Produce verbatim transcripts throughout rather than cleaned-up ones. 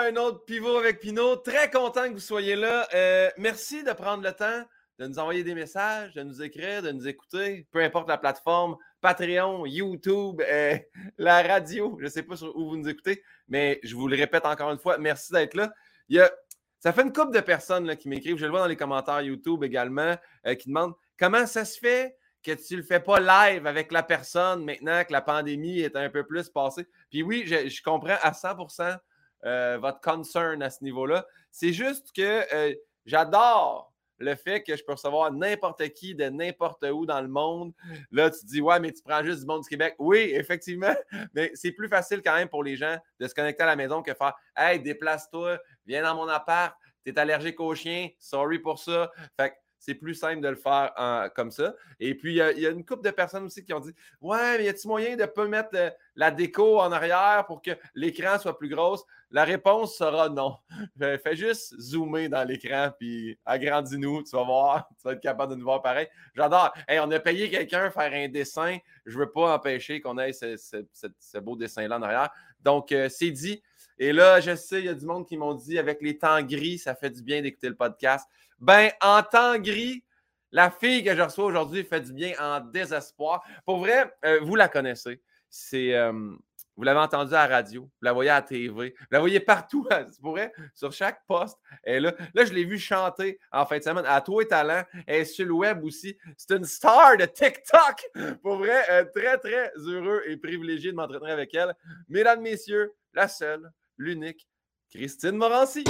un autre pivot avec Pinot. Très content que vous soyez là. Euh, merci de prendre le temps de nous envoyer des messages, de nous écrire, de nous écouter, peu importe la plateforme, Patreon, YouTube, euh, la radio. Je ne sais pas sur où vous nous écoutez, mais je vous le répète encore une fois, merci d'être là. Il y a, ça fait une couple de personnes là, qui m'écrivent, je le vois dans les commentaires YouTube également, euh, qui demandent comment ça se fait que tu ne le fais pas live avec la personne maintenant que la pandémie est un peu plus passée. Puis oui, je, je comprends à cent pour cent euh, votre concern à ce niveau-là. C'est juste que euh, j'adore le fait que je peux recevoir n'importe qui de n'importe où dans le monde. Là, tu te dis, ouais, mais tu prends juste du monde du Québec. Oui, effectivement, mais c'est plus facile quand même pour les gens de se connecter à la maison que faire « Hey, déplace-toi, viens dans mon appart, t'es allergique aux chiens, sorry pour ça. » Fait que c'est plus simple de le faire en, comme ça. Et puis, il y, y a une couple de personnes aussi qui ont dit « Ouais, mais y a-t-il moyen de ne pas mettre euh, la déco en arrière pour que l'écran soit plus grosse? » La réponse sera non. Fais, fais juste zoomer dans l'écran puis agrandis-nous. Tu vas voir. Tu vas être capable de nous voir pareil. J'adore. Hey, on a payé quelqu'un faire un dessin. Je ne veux pas empêcher qu'on ait ce, ce, ce, ce beau dessin-là en arrière. Donc, euh, c'est dit. Et là, je sais, il y a du monde qui m'ont dit avec les temps gris, ça fait du bien d'écouter le podcast. Ben, en temps gris, la fille que je reçois aujourd'hui fait du bien en désespoir. Pour vrai, euh, vous la connaissez. C'est, euh, vous l'avez entendue à la radio, vous la voyez à la T V, vous la voyez partout. Pour vrai, sur chaque poste. Et là, là, je l'ai vu chanter en fin de semaine à Toi et Talent. Elle est sur le web aussi. C'est une star de TikTok. Pour vrai, euh, très, très heureux et privilégié de m'entretenir avec elle. Mesdames, messieurs, la seule, l'unique, Christine Morancy.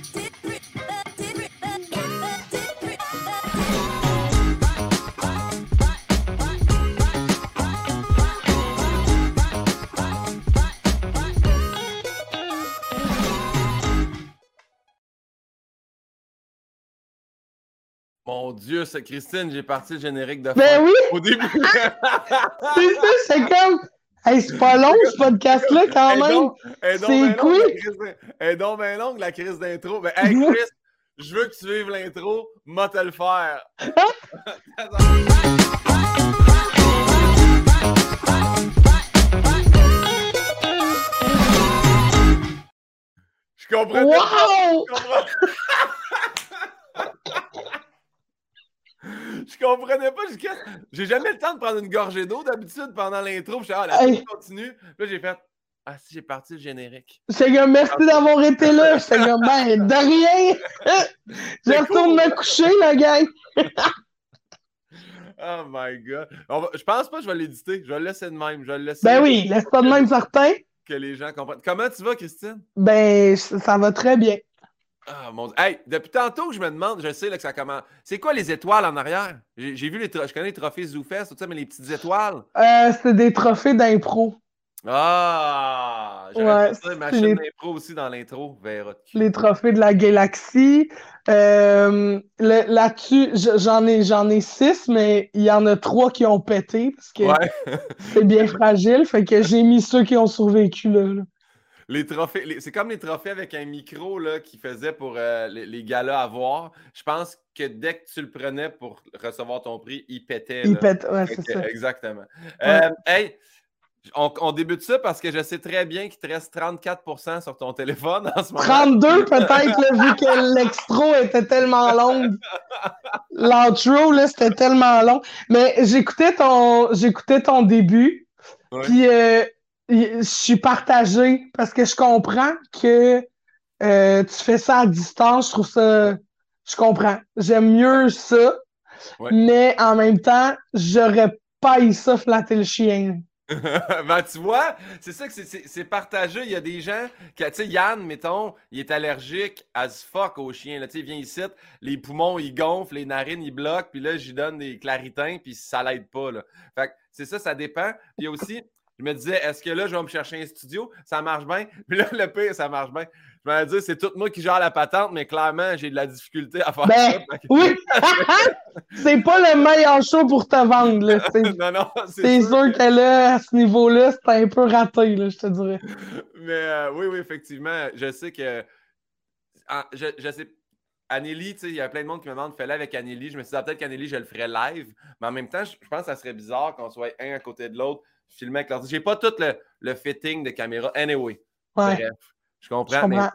Mon Dieu, c'est Christine, j'ai parti le générique de fin ben oui. au début. C'est ça, c'est comme... Hey, c'est pas long, ce podcast-là, quand même. C'est quoi? Elle est donc bien longue, la crise d'intro. Ben, hey, Chris, je veux que tu vives l'intro, moi te le faire. Je comprends. Wow! Je comprends. Je comprenais pas jusqu'à. J'ai jamais le temps de prendre une gorgée d'eau d'habitude pendant l'intro. Je suis ah, la hey. continue. Là, j'ai fait ah, si j'ai parti le générique. C'est que merci d'avoir été là. C'est que ben, de rien. Je retourne cool. me coucher, la gang. Oh my God. Va... Je pense pas que je vais l'éditer. Je vais le laisser de même. Je vais le laisser. Ben oui, laisse pas de même, certain. Que les gens comprennent. Comment tu vas, Christine? Ben, ça va très bien. Ah, mon Dieu. Hey, depuis tantôt que je me demande, je sais là, que ça commence. C'est quoi les étoiles en arrière? J'ai, j'ai vu les trophées, je connais les trophées ZooFest, tout ça, mais les petites étoiles. Euh, c'est des trophées d'impro. Ah! J'aurais ouais, ça, ma chaîne les... d'impro aussi dans l'intro. Verra. Les trophées de la galaxie. Euh, le, là-dessus, j'en ai, j'en ai six, mais il y en a trois qui ont pété parce que ouais. c'est bien fragile. Fait que j'ai mis ceux qui ont survécu là. là. Les trophées, les, c'est comme les trophées avec un micro là, qu'ils faisaient pour euh, les, les galas à voir. Je pense que dès que tu le prenais pour recevoir ton prix, il pétait. Il là. pète, ouais, c'est okay, ça. Exactement. Ouais. Euh, hey, on, on débute ça parce que je sais très bien qu'il te reste trente-quatre pour cent sur ton téléphone en ce moment. trente-deux peut-être, là, vu que l'extro était tellement longue. L'outro, là, c'était tellement long. Mais j'écoutais ton, j'écoutais ton début. Ouais. Puis... Euh, je suis partagée parce que je comprends que euh, tu fais ça à distance. Je trouve ça... Je comprends. J'aime mieux ça. Ouais. Mais en même temps, j'aurais pas eu ça flatter le chien. Ben, tu vois, c'est ça que c'est, c'est, c'est partagé. Il y a des gens, tu sais, Yann, mettons, il est allergique as fuck au chien. Tu sais, il vient ici, les poumons, ils gonflent, les narines, ils bloquent, puis là, j'y donne des claritins, puis ça l'aide pas, là. Fait que c'est ça, ça dépend. Puis aussi... Je me disais, est-ce que là, je vais me chercher un studio? Ça marche bien. Puis là, le pire, ça marche bien. Je me disais, c'est tout moi qui gère la patente, mais clairement, j'ai de la difficulté à faire ben, ça. Oui! C'est pas le meilleur show pour te vendre. Là. C'est, non, non, c'est, c'est sûr, sûr que... que là, à ce niveau-là, c'est un peu raté, là, je te dirais. Mais euh, oui, oui, effectivement. Je sais que... Je, je sais... Anneli, tu sais, il y a plein de monde qui me demande fais-le avec Anneli. Je me suis dit, ah, peut-être qu'Anneli, je le ferais live. Mais en même temps, je, je pense que ça serait bizarre qu'on soit un à côté de l'autre, filmer avec l'ordi. J'ai pas tout le, le fitting de caméra. Anyway. Ouais. Bref, je comprends. Je comprends. Mais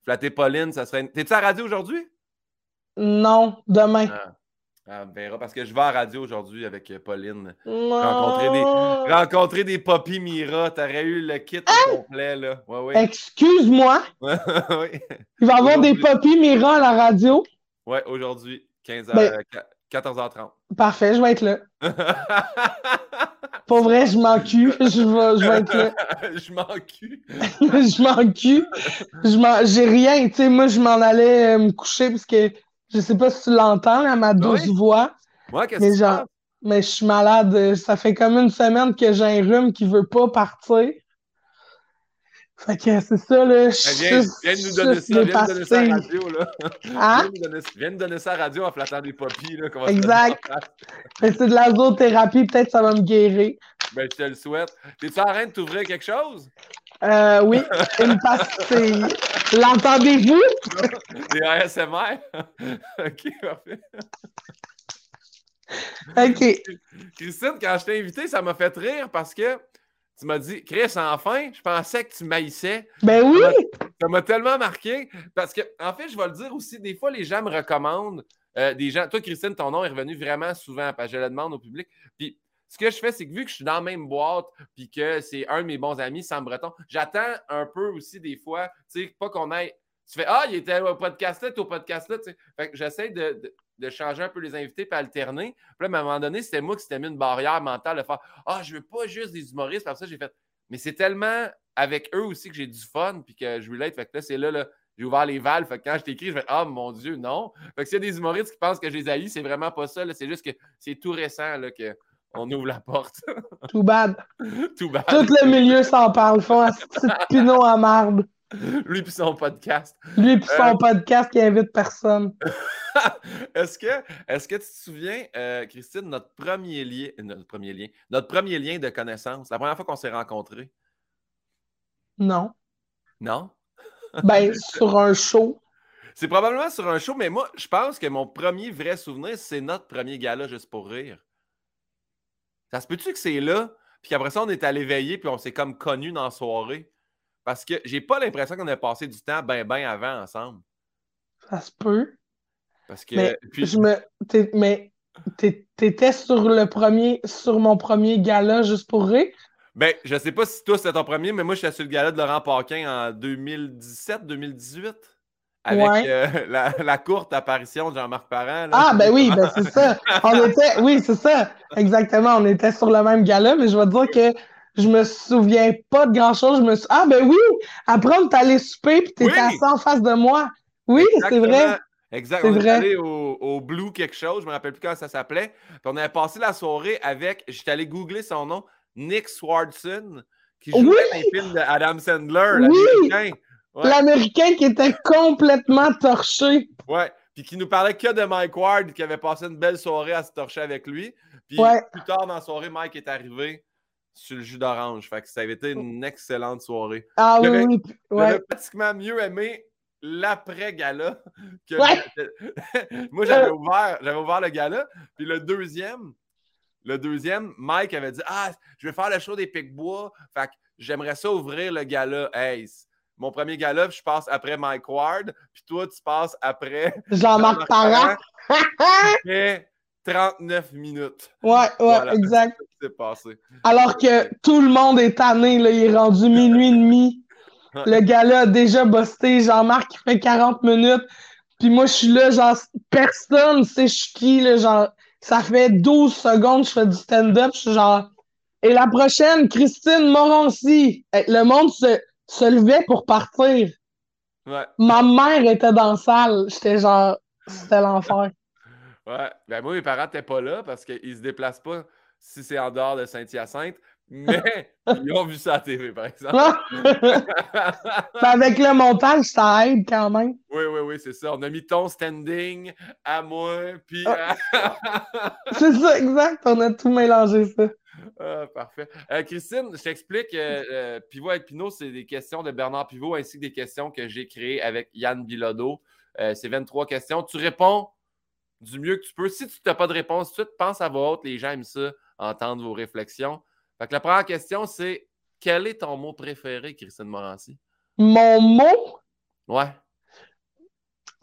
Flatter Pauline, ça serait... T'es-tu à la radio aujourd'hui? Non, demain. Ah. Ah, on verra, parce que je vais à la radio aujourd'hui avec Pauline. Non. Rencontrer des, rencontrer des Poppy Mira. T'aurais eu le kit hein? au complet, là. Ouais, ouais. Excuse-moi. oui. Il va y avoir des Poppy Mira à la radio. Ouais, aujourd'hui, quinze heures, Ben, quatorze heures trente. Parfait, je vais être là. Pour vrai, je m'en cul. Je vais, je vais être là. je m'en cul. je m'en cul. Je m'en... J'ai rien. Tu sais, moi, je m'en allais euh, me coucher parce que je sais pas si tu l'entends, là, ma douce oui? voix. Ouais, qu'est-ce mais que genre, tu mais je suis malade. Ça fait comme une semaine que j'ai un rhume qui veut pas partir. Fait que c'est ça, là. Je viens, suis viens de nous donner ça, viens de donner ça à la radio, là. Hein? Viens de donner, viens de donner ça à la radio en flattant des poppies, là. Exact. C'est de l'azothérapie, peut-être ça va me guérir. Ben, je te le souhaite. T'es-tu en train de t'ouvrir quelque chose? Euh, oui, une pastille. L'entendez-vous? Des A S M R? OK, parfait. OK. Christine, quand je t'ai invité, ça m'a fait rire parce que tu m'as dit, Chris, enfin, je pensais que tu maïssais. Ben oui! Ça m'a tellement marqué. Parce que, en fait, je vais le dire aussi, des fois, les gens me recommandent euh, des gens. Toi, Christine, ton nom est revenu vraiment souvent parce que je le demande au public. Puis, ce que je fais, c'est que vu que je suis dans la même boîte puis que c'est un de mes bons amis, Sam Breton, j'attends un peu aussi des fois, tu sais, pas qu'on aille. Tu fais, ah, il était au podcast-là, tu es au podcast-là, tu sais. Fait que j'essaie de, de, de changer un peu les invités puis alterner. Puis là, à un moment donné, c'était moi qui s'était mis une barrière mentale de faire, ah, je veux pas juste des humoristes. Puis ça, j'ai fait, mais c'est tellement avec eux aussi que j'ai du fun puis que je voulais être. Fait que là, c'est là, là, j'ai ouvert les valves. Fait que quand je t'écris, je fais, ah, mon Dieu, non. Fait que s'il y a des humoristes qui pensent que je les haïs, c'est vraiment pas ça. Là. C'est juste que c'est tout récent là, que. On ouvre la porte. Too bad. Too bad. Tout le milieu s'en parle. Ils font un petit pinot à marde. Lui et son podcast. Lui et son euh... podcast qui invite personne. est-ce que, est-ce que tu te souviens, euh, Christine, notre premier lien, notre premier lien, notre premier lien de connaissance, la première fois qu'on s'est rencontrés? Non. Non? Ben, sur un show. C'est probablement sur un show, mais moi, je pense que mon premier vrai souvenir, c'est notre premier gala Juste pour rire. Ça se peut-tu que c'est là, puis qu'après ça, on est allé veiller, puis on s'est comme connus dans la soirée? Parce que j'ai pas l'impression qu'on a passé du temps bien, bien avant ensemble. Ça se peut. Parce que. Mais puis... je me. T'es, mais t'étais sur le premier, sur mon premier gala Juste pour rire? Ben, je sais pas si toi c'était ton premier, mais moi, j'étais sur le gala de Laurent Paquin en deux mille dix-sept deux mille dix-huit. Avec ouais. euh, la, la courte apparition de Jean-Marc Parent. Là. Ah, ben oui, ben c'est ça. On était, oui, c'est ça. Exactement. On était sur le même gala, mais je vais te dire que je me souviens pas de grand-chose. Je me suis... Ah, ben oui! Après, on est allé souper puis t'étais oui. assis en face de moi. Oui, c'est vrai. Exact. C'est on vrai. est allé au, au Blue quelque chose, je me rappelle plus comment ça s'appelait. Puis on avait passé la soirée avec, j'étais allé googler son nom, Nick Swardson, qui jouait oui. dans les films d'Adam Sandler, oui. l'Américain. Ouais. L'Américain qui était complètement torché. Ouais, puis qui nous parlait que de Mike Ward, qui avait passé une belle soirée à se torcher avec lui. Puis ouais. plus tard dans la soirée, Mike est arrivé sur le jus d'orange. Fait que ça avait été une excellente soirée. Ah j'avais, oui, oui. Ouais. J'avais pratiquement mieux aimé l'après-gala que ouais. le... Moi, j'avais ouvert, j'avais ouvert le gala. Puis le deuxième, le deuxième, Mike avait dit « Ah, je vais faire le show des Pic-Bois. Fait que j'aimerais ça ouvrir le gala. Hey, mon premier gala, je passe après Mike Ward, puis toi, tu passes après Jean-Marc, Jean-Marc Parent. Après trente-neuf minutes. Ouais, ouais, voilà, exact. C'est ce qui s'est passé. Alors que tout le monde est tanné, là, il est rendu minuit et demi. Le gala a déjà busté. Jean-Marc, il fait quarante minutes. Puis moi, je suis là, genre, personne sait je suis qui, là, genre, ça fait douze secondes que je fais du stand-up. Je suis genre, et la prochaine, Christine Morancy. Le monde se. se levait pour partir. Ouais. Ma mère était dans la salle. J'étais genre, c'était l'enfer. Ouais. Ben moi, mes parents n'étaient pas là parce qu'ils ne se déplacent pas si c'est en dehors de Saint-Hyacinthe, mais ils ont vu ça à la T V, par exemple. Avec le montage, ça aide quand même. Oui, oui, oui, c'est ça. On a mis ton standing à moi, puis... À... c'est ça, exact. On a tout mélangé, ça. Ah, parfait. Euh, Christine, je t'explique, euh, euh, Pivot avec Pinot, c'est des questions de Bernard Pivot ainsi que des questions que j'ai créées avec Yann Bilodeau. Euh, c'est vingt-trois questions. Tu réponds du mieux que tu peux. Si tu n'as pas de réponse tout de suite, pense à voix haute. Les gens aiment ça, entendre vos réflexions. Fait que la première question, c'est quel est ton mot préféré, Christine Morancy? Mon mot? Ouais.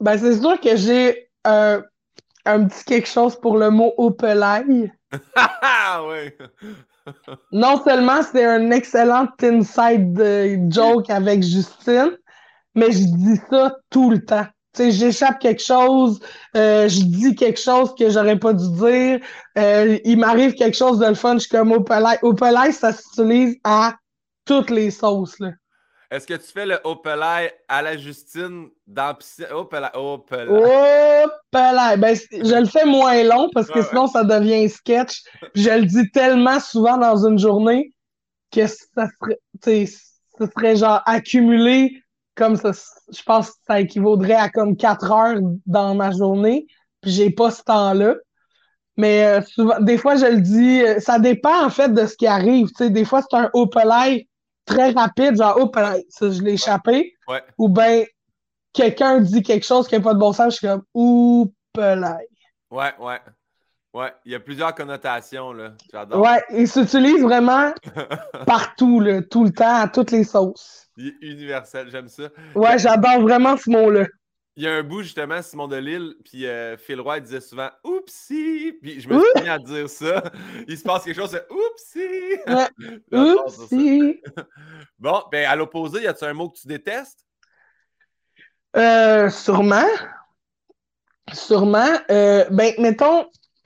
Ben, c'est sûr que j'ai un, un petit quelque chose pour le mot opelaille. Ah ouais! Non seulement c'est un excellent inside euh, joke avec Justine, mais je dis ça tout le temps. Tu sais, j'échappe quelque chose, euh, je dis quelque chose que j'aurais pas dû dire, euh, il m'arrive quelque chose de le fun, je suis comme opelaille. Opelaille, ça s'utilise à toutes les sauces, là. Est-ce que tu fais le opelay à la Justine dans la piscine? Opelay, opelay. Opelaille. Ben, je le fais moins long parce que Ouais, ouais. sinon ça devient sketch. Puis je le dis tellement souvent dans une journée que ça serait, tu sais, ça serait genre accumulé comme ça. Je pense que ça équivaudrait à comme quatre heures dans ma journée. Puis j'ai pas ce temps-là. Mais euh, souvent, des fois, je le dis, euh, ça dépend en fait de ce qui arrive. Tu sais, des fois, c'est un opelay très rapide, genre Ouais, opelay, ça, je l'ai ouais, échappé. ouais, Ou ben quelqu'un dit quelque chose qui n'a pas de bon sens, je suis comme opelay. ouais, ouais. Ouais, il y a plusieurs connotations, là. J'adore. Ouais, il s'utilise vraiment partout, là, tout le temps, à toutes les sauces. Il est universel, j'aime ça. Il y a, Ouais, j'adore vraiment ce mot-là. il y a un bout, justement, Simon Delille, puis euh, Phil Roy il disait souvent Oupsie! Puis je me suis Ouh! mis à dire ça. Il se passe quelque chose, c'est Oupsie! Ouais. J'adore dire ça. Oupsie! Bon, ben à l'opposé, y a-tu un mot que tu détestes? Euh, sûrement, sûrement. Euh, ben, mettons,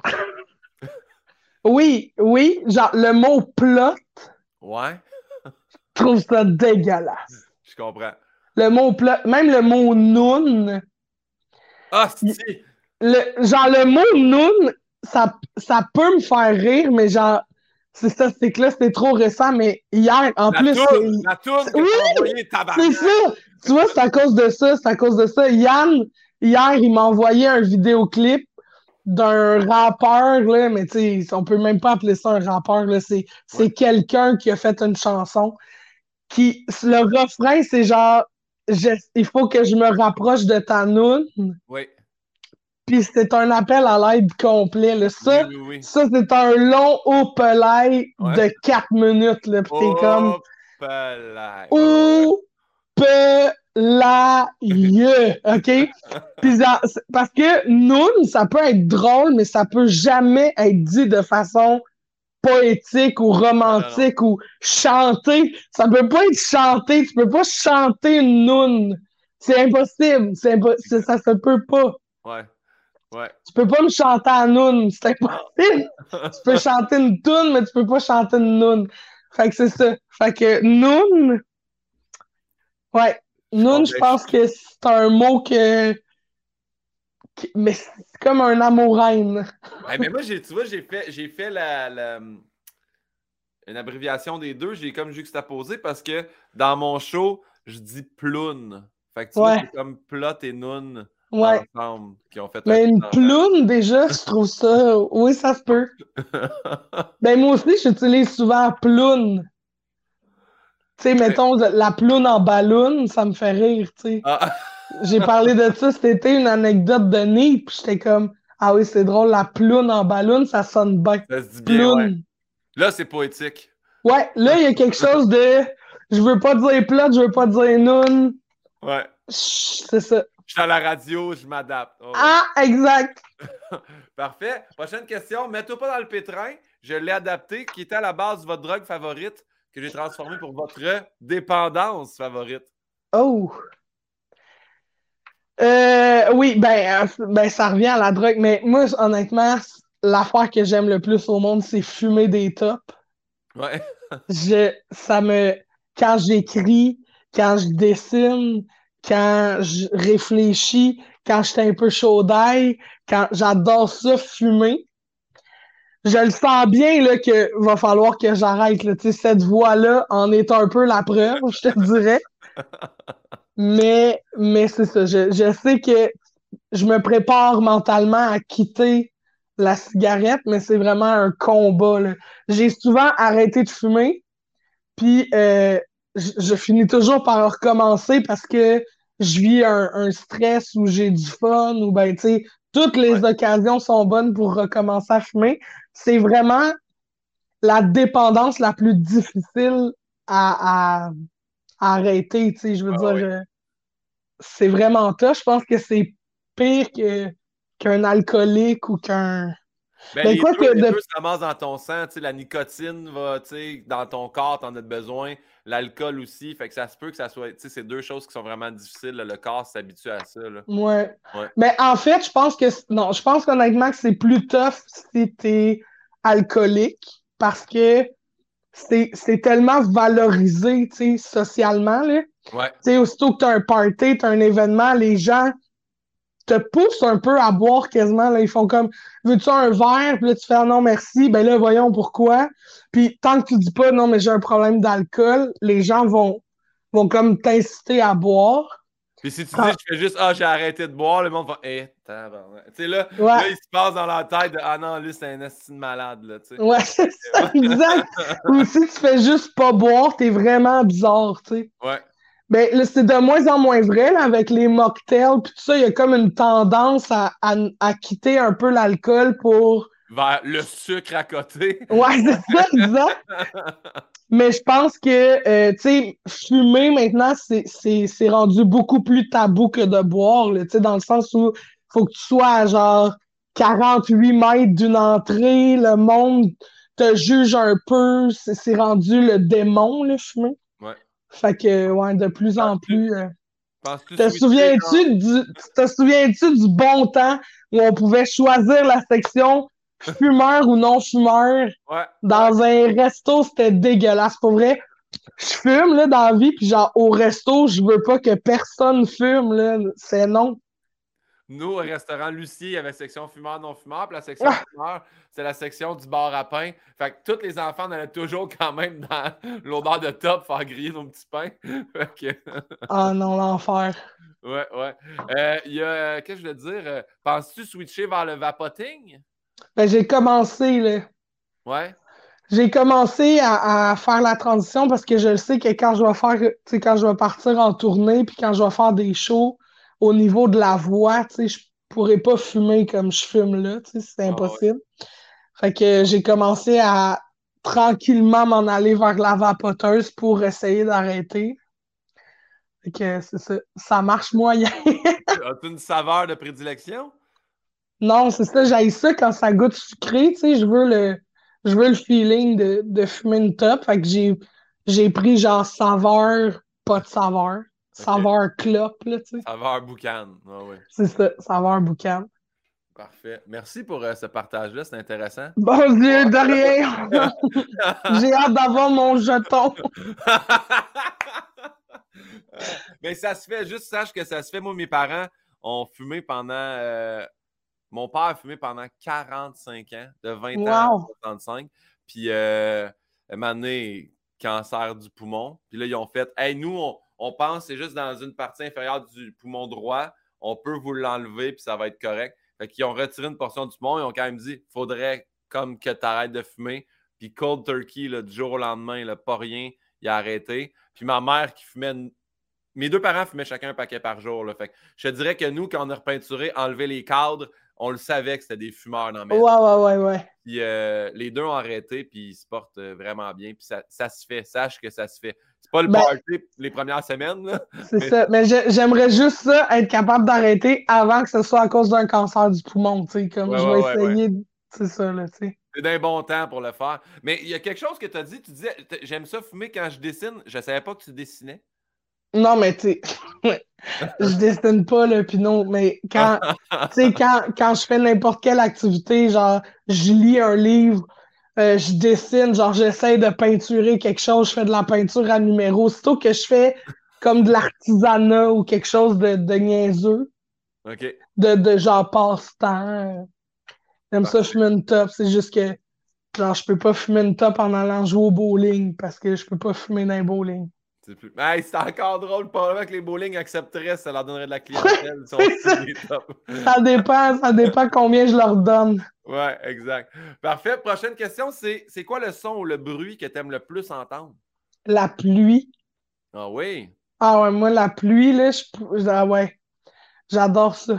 oui, oui, genre le mot plot, Ouais, je trouve ça dégueulasse. je comprends. Le mot plot, même le mot noun, Ah, y- si! le, genre le mot noun, ça, ça peut me faire rire, mais genre, c'est ça, c'est que là, c'était trop récent, mais hier, en La plus, toune! c'est- La toune que oui, t'as envoyée, c'est tabarnak! ça! Tu vois, c'est à cause de ça, c'est à cause de ça. Yann, hier, il m'a envoyé un vidéoclip d'un rappeur, là, mais tu sais, on peut même pas appeler ça un rappeur, là, c'est, Ouais, c'est quelqu'un qui a fait une chanson qui, le refrain, c'est genre, je- il faut que je me rapproche de ta noune, oui, puis c'est un appel à l'aide complet, là. oui, Ça, oui, oui. ça, c'est un long opelay Ouais. de quatre minutes, là, pis t'es comme, Oh, palais. Ouais, ouais, ouais. ou pelaille, OK? Puis ça- c'est- parce que noun, ça peut être drôle, mais ça peut jamais être dit de façon poétique ou Non, non, non. romantique ou chanté. Ça peut pas être chanté. Tu peux pas chanter une noun. C'est impossible. C'est impo- c'est- Exact. ça se peut pas. Ouais, ouais. Tu peux pas me chanter à noun. C'est impossible. Tu peux chanter une toune, mais tu peux pas chanter une noun. Fait que c'est ça. Fait que noun, ouais. Je Noun, comprends. je Ben, je- pense que c'est un mot que, que- mais c'est comme un amour-haine. Hey, mais moi, j'ai, tu vois, j'ai fait, j'ai fait la, la- une abréviation des deux. J'ai comme juxtaposé parce que dans mon show, je dis ploune. Fait que tu vois, Ouais, c'est comme plot et noun ouais. ensemble qui ont fait un Mais petit une entente. ploune, déjà, je trouve ça. Oui, ça se peut. Ben, moi aussi, j'utilise souvent ploune. Tu sais, mettons, la ploune en ballon, ça me fait rire, tu sais. Ah, J'ai parlé de ça cet été, une anecdote de nez, puis j'étais comme, ah oui, c'est drôle, la ploune en ballon, ça sonne bien. ça se dit bien, ouais. Ploune. Là, c'est poétique. Ouais, là, il y a quelque chose de, je veux pas dire plot, je veux pas dire noun. Ouais. Chut, c'est ça. Je suis à la radio, je m'adapte. Oh, ouais. Ah, exact. Parfait. Prochaine question. Mets-toi pas dans le pétrin. Je l'ai adapté. Qui était à la base de votre drogue favorite que j'ai transformé pour votre dépendance favorite? Oh. Euh, oui, ben, euh, ben, ça revient à la drogue, mais moi, honnêtement, l'affaire que j'aime le plus au monde, c'est fumer des tops. Ouais. Je, ça me, quand j'écris, quand je dessine, quand je réfléchis, quand je suis un peu chaud d'ail, quand j'adore ça, fumer. Je le sens bien, là, que va falloir que j'arrête, là. Tu sais, cette voix-là en est un peu la preuve, je te dirais. Mais, mais c'est ça. Je, je sais que je me prépare mentalement à quitter la cigarette, mais c'est vraiment un combat, là. J'ai souvent arrêté de fumer, puis euh, je, je finis toujours par recommencer parce que je vis un, un stress où j'ai du fun, ou ben, tu sais, toutes les Ouais. occasions sont bonnes pour recommencer à fumer. C'est vraiment la dépendance la plus difficile à, à, à arrêter, tu sais, je veux Ah dire, oui. euh, c'est vraiment tough. Je pense que c'est pire que, qu'un alcoolique ou qu'un... Ben, Ben, les quoi deux, que les de... deux se ramassent dans ton sang. Tu sais, la nicotine va, tu sais, dans ton corps, t'en as besoin. L'alcool aussi. Fait que ça se peut que ça soit. Tu sais, c'est deux choses qui sont vraiment difficiles. Là. Le corps s'habitue à ça. Là. Ouais. Ouais. Ben, en fait, je pense que... Non, je pense qu'honnêtement que c'est plus tough si t'es alcoolique parce que c'est, c'est tellement valorisé, tu sais, socialement, là. Ouais. Tu sais, aussitôt que t'as un party, t'as un événement, les gens te poussent un peu à boire quasiment. Là. Ils font comme, veux-tu un verre? Puis là, tu fais, ah non, merci. Ben là, voyons pourquoi. Puis tant que tu dis pas, non, mais j'ai un problème d'alcool, les gens vont, vont comme t'inciter à boire. Puis si tu dis, Quand... je fais juste, ah, j'ai arrêté de boire, le monde va, eh, tabarnak. Tu sais, là, Ouais. là, il se passe dans leur tête de, ah non, lui, c'est un esti de malade, là, tu sais. Ouais, c'est ça, exact. Ou si tu fais juste pas boire, t'es vraiment bizarre, tu sais. Ouais. Ben, là, c'est de moins en moins vrai, là, avec les mocktails, puis tout ça, il y a comme une tendance à, à, à quitter un peu l'alcool pour... Vers le sucre à côté. Ouais, c'est ça, exact. Mais je pense que, euh, tu sais, fumer maintenant, c'est, c'est, c'est rendu beaucoup plus tabou que de boire, tu sais, dans le sens où il faut que tu sois à genre quarante-huit mètres d'une entrée, le monde te juge un peu, c'est, c'est rendu le démon, le fumer. Ouais. Fait que, ouais, de plus en plus... Euh, Penses-tu te switcher, genre? souviens-tu du, te souviens-tu du bon temps où on pouvait choisir la section fumeur ou non-fumeur? Ouais. Dans un resto, c'était dégueulasse. Pour vrai, je fume là, dans la vie, puis genre au resto, je veux pas que personne fume. Là. C'est non. Nous, au restaurant Lucie, il y avait section fumeur, non-fumeur. Puis la section fumeur, c'est la section du bar à pain. Fait que tous les enfants, on allait toujours quand même dans l'odeur de top faire griller nos petits pains. Fait que... Ah non, l'enfer. Ouais, ouais. Euh, il y a, qu'est-ce que je veux dire? Euh, penses-tu switcher vers le vapoting? Ben, j'ai commencé, là. Ouais. J'ai commencé à, à faire la transition parce que je sais que quand je vais faire, tu sais, quand je vais partir en tournée puis quand je vais faire des shows au niveau de la voix, tu sais, je pourrais pas fumer comme je fume là, tu sais, c'est Ah, ouais. impossible. Fait que j'ai commencé à tranquillement m'en aller vers la vapoteuse pour essayer d'arrêter. Fait que c'est ça. Ça marche moyen. As-tu une saveur de prédilection? Non, c'est ça, j'haïs ça quand ça goûte sucré, tu sais, je veux le je veux le feeling de, de fumer une top. Fait que j'ai j'ai pris genre saveur, pas de saveur. OK. Saveur clope, là, tu sais. Saveur boucan. Ah, ouais. C'est ça, saveur boucan. Parfait. Merci pour euh, ce partage-là, c'est intéressant. Bon Dieu, de rien! J'ai hâte d'avoir mon jeton. Mais ça se fait, juste sache que ça se fait. Moi, mes parents ont fumé pendant. Euh, mon père a fumé pendant quarante-cinq ans, de vingt ans à Wow! soixante-cinq. Puis, euh, un moment donné, cancer du poumon. Puis là, ils ont fait, hey, nous, on, on pense que c'est juste dans une partie inférieure du poumon droit. On peut vous l'enlever, puis ça va être correct. Fait qu'ils ont retiré une portion du poumon. Ils ont quand même dit, faudrait comme que tu arrêtes de fumer. Puis, cold turkey, là, du jour au lendemain, là, pas rien, il a arrêté. Puis, ma mère qui fumait. Une... Mes deux parents fumaient chacun un paquet par jour. Là. Fait que je te dirais que nous, quand on a repeinturé, enlevé les cadres, on le savait que c'était des fumeurs dans la maison. Ouais, ouais, ouais, ouais. Puis euh, les deux ont arrêté, puis ils se portent euh, vraiment bien. Puis ça, ça se fait. Sache que ça se fait. C'est pas le Ben, party les premières semaines. Là. C'est mais... ça. Mais je, j'aimerais juste ça, être capable d'arrêter avant que ce soit à cause d'un cancer du poumon. Tu sais, comme ouais, je ouais, vais ouais, essayer. Ouais. C'est ça, là, tu sais. C'est d'un bon temps pour le faire. Mais il y a quelque chose que tu as dit. Tu disais, j'aime ça fumer quand je dessine. Je savais pas que tu dessinais. Non, mais tu sais, je dessine pas le pinot, mais quand, tu sais, quand, quand je fais n'importe quelle activité, genre, je lis un livre, euh, je dessine, genre, j'essaie de peinturer quelque chose, je fais de la peinture à numéro. Surtout que je fais comme de l'artisanat ou quelque chose de, de niaiseux, OK. de, de genre passe-temps. J'aime ça fumer une top, c'est juste que, genre, je peux pas fumer une top en allant jouer au bowling parce que je peux pas fumer dans un bowling. C'est plus... hey, c'est encore drôle. Probablement que les bowling accepteraient, ça leur donnerait de la clientèle. Si on ça, des tops. ça dépend, ça dépend combien je leur donne. Ouais, exact. Parfait. Prochaine question, c'est c'est quoi le son ou le bruit que tu aimes le plus entendre? La pluie. Ah oui? Ah ouais, moi, la pluie, là, je, ah ouais, j'adore ça.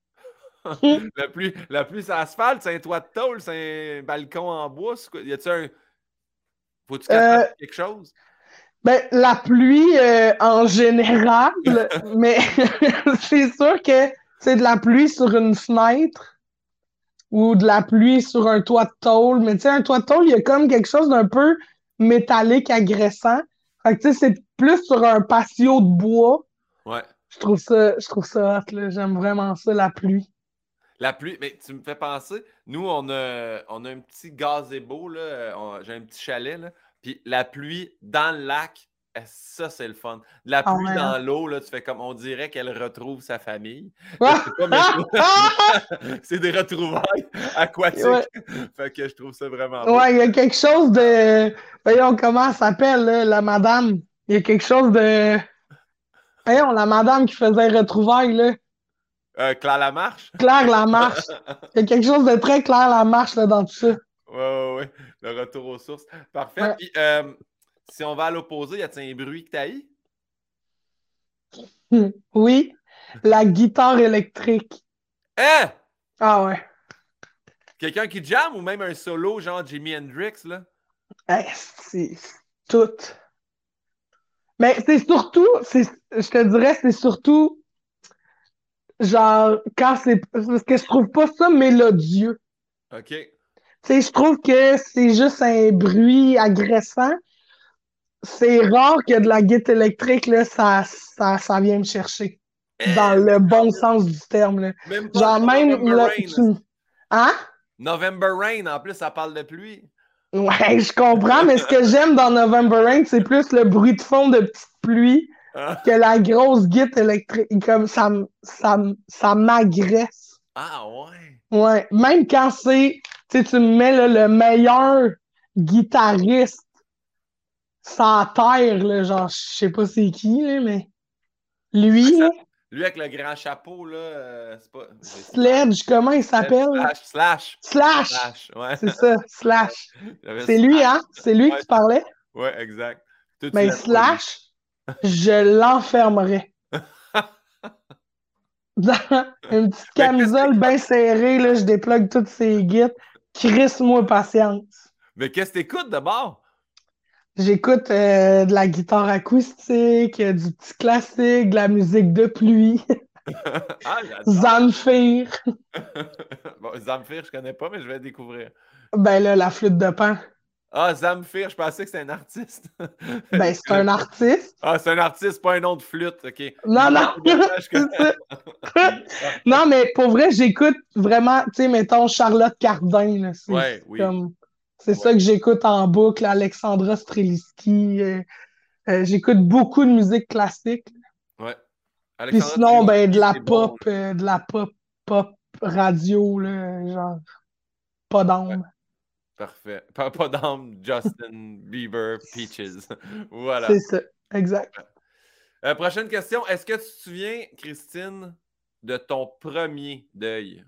la pluie, la pluie, c'est asphalte, c'est un toit de tôle, c'est un balcon en bois. Y a-tu un. Faut-tu casser euh... quelque chose? Ben, la pluie euh, en général, mais c'est sûr que sais, de la pluie sur une fenêtre ou de la pluie sur un toit de tôle. Mais tu sais, un toit de tôle, il y a comme quelque chose d'un peu métallique, agressant. Fait que tu sais, c'est plus sur un patio de bois. Ouais. Je trouve ça, je trouve ça hot, là. J'aime vraiment ça, la pluie. La pluie, mais tu me fais penser, nous, on a, on a un petit gazebo, là, on- j'ai un petit chalet, là, puis la pluie dans le lac, eh, ça, c'est le fun. La Ah pluie ouais, hein? dans l'eau, là, tu fais comme, on dirait qu'elle retrouve sa famille. Je Ah! sais pas, mais c'est des retrouvailles aquatiques. Ouais, Fait que je trouve ça vraiment beau. ouais, il y a quelque chose de. Voyons comment elle s'appelle, là, la madame. Il y a quelque chose de. Voyons, la madame qui faisait retrouvailles, là. Euh, Claire Lamarche? Claire Lamarche. Il y a quelque chose de très Claire Lamarche, là, dans tout ça. Ouais, ouais, ouais. Le retour aux sources. Parfait. Ouais. Puis, euh, si on va à l'opposé, y a-t-il un bruit que t'as eu? Hmm. Oui, la guitare électrique. Hein? Ah ouais. Quelqu'un qui jamme ou même un solo genre Jimi Hendrix, là? Eh, c'est tout. Mais c'est surtout, c'est, je te dirais, c'est surtout, genre, quand c'est, parce que je trouve pas ça mélodieux. OK. Tu sais, je trouve que c'est juste un bruit agressant. C'est rare que de la guitare électrique, là, ça, ça, ça vient me chercher. Dans Eh, le même pas, bon sens du terme, là. même pas Genre, genre même, November le, Rain. tu- hein? November Rain, en plus, ça parle de pluie. Ouais, je comprends, mais ce que j'aime dans November Rain, c'est plus le bruit de fond de petite pluie Ah, que la grosse guitare électrique. Comme ça, m- ça, m- ça m'agresse. ah, ouais. Ouais, même quand c'est, tu sais, tu me mets là, le meilleur guitariste sans terre, là, genre, je sais pas c'est qui, là, mais Comment il lui, là, s'appelle? Lui avec le grand chapeau, là, euh, c'est pas. C'est Slash. Sledge, comment il s'appelle? Slash, Slash. Slash! Slash, ouais. C'est ça, Slash. J'avais C'est lui, Slash. hein? C'est lui que Ouais, tu parlais? ouais, exact. Toi, tu Mais l'aimes pas, lui. Slash, je l'enfermerais. Dans une petite Mais qu'est-ce que camisole bien serrée, là, je déplugue toutes ces guides. Crisse-moi patience. mais qu'est-ce que t'écoutes d'abord? J'écoute euh, de la guitare acoustique, euh, du petit classique, de la musique de pluie, Ah, j'adore. Zamfir, Bon, Zamfir, je connais pas, mais je vais découvrir. ben là, la flûte de pan. Ah, Zamfir, je pensais que c'était un artiste. Ben, Je c'est connais un pas. artiste. Ah, c'est un artiste, pas un nom de flûte. OK. Non, La non, flûte de pan, je c'est connais. ça. Non, mais pour vrai, j'écoute vraiment, tu sais, mettons Charlotte Cardin, là, c'est Ouais, oui. comme, c'est Ouais, ça que j'écoute en boucle, Alexandra Streliski. euh, euh, j'écoute beaucoup de musique classique. ouais. Puis Alexandra sinon, ben, de Streliski, la c'est pop, bon. euh, de la pop, pop radio, là, genre, pas Ouais, d'âme. parfait. Pas, pas d'âme, Justin Bieber, Peaches. C'est Voilà. ça, exact. Euh, prochaine question. Est-ce que tu te souviens, Christine, de ton premier deuil?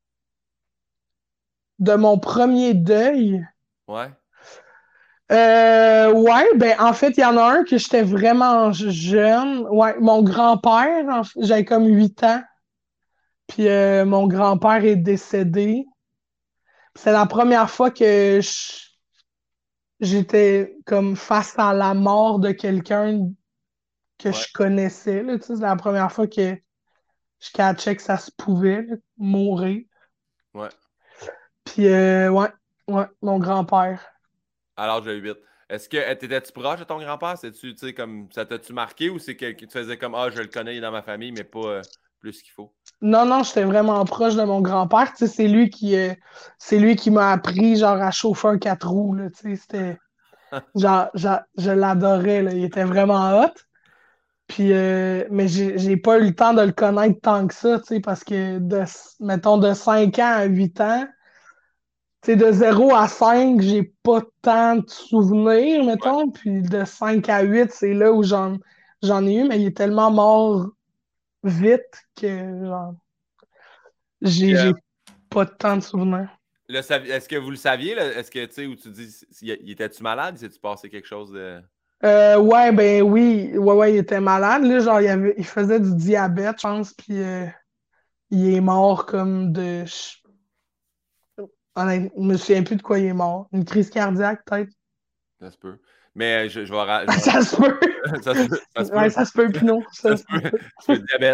De mon premier deuil, Ouais. euh, ouais, ben, en fait, il y en a un que j'étais vraiment jeune. Ouais, mon grand-père, en fait, j'avais comme huit ans. Puis euh, mon grand-père est décédé. C'est la première fois que je- j'étais comme face à la mort de quelqu'un que Ouais. je connaissais, là, tu sais, c'est la première fois que je catchais que ça se pouvait, là, mourir. Ouais. Puis, euh, ouais, ouais, mon grand-père. Alors, j'ai huit. Est-ce que t'étais-tu proche de ton grand-père? C'est-tu, tu sais, comme ça t'a-tu marqué ou c'est que tu faisais comme ah, je le connais, il est dans ma famille, mais pas euh, plus qu'il faut? Non, non, j'étais vraiment proche de mon grand-père. Tu sais, c'est lui qui, euh, c'est lui qui m'a appris, genre, à chauffer un quatre roues, là, tu sais, c'était, genre, genre, je l'adorais, là, il était vraiment hot. Puis, euh, mais j'ai j'ai pas eu le temps de le connaître tant que ça, tu sais, parce que, de, mettons, de cinq ans à huit ans, tu sais, de zéro à cinq, j'ai pas tant de souvenirs, Ouais. mettons. Puis de cinq à huit, c'est là où j'en j'en ai eu, mais il est tellement mort vite que, genre, Puis, j'ai euh, j'ai pas tant de souvenirs. le savi- est-ce que vous le saviez? Là? Est-ce que, tu sais, où tu dis, il il était-tu malade? S'est-tu passé quelque chose de. Euh, ouais, ben oui, ouais, ouais, il était malade, là, genre, il, avait, il faisait du diabète, je pense, puis euh, il est mort comme de... je- Honnêtement, je me souviens plus de quoi il est mort. Une crise cardiaque, peut-être? Ça se peut. Mais je, je vais. ra- je Ça se peut! vais- ça se peut. Ça se Ouais, peut. ça se peut, puis non, Ça ça se se peut. peut. Tu fais le diabète.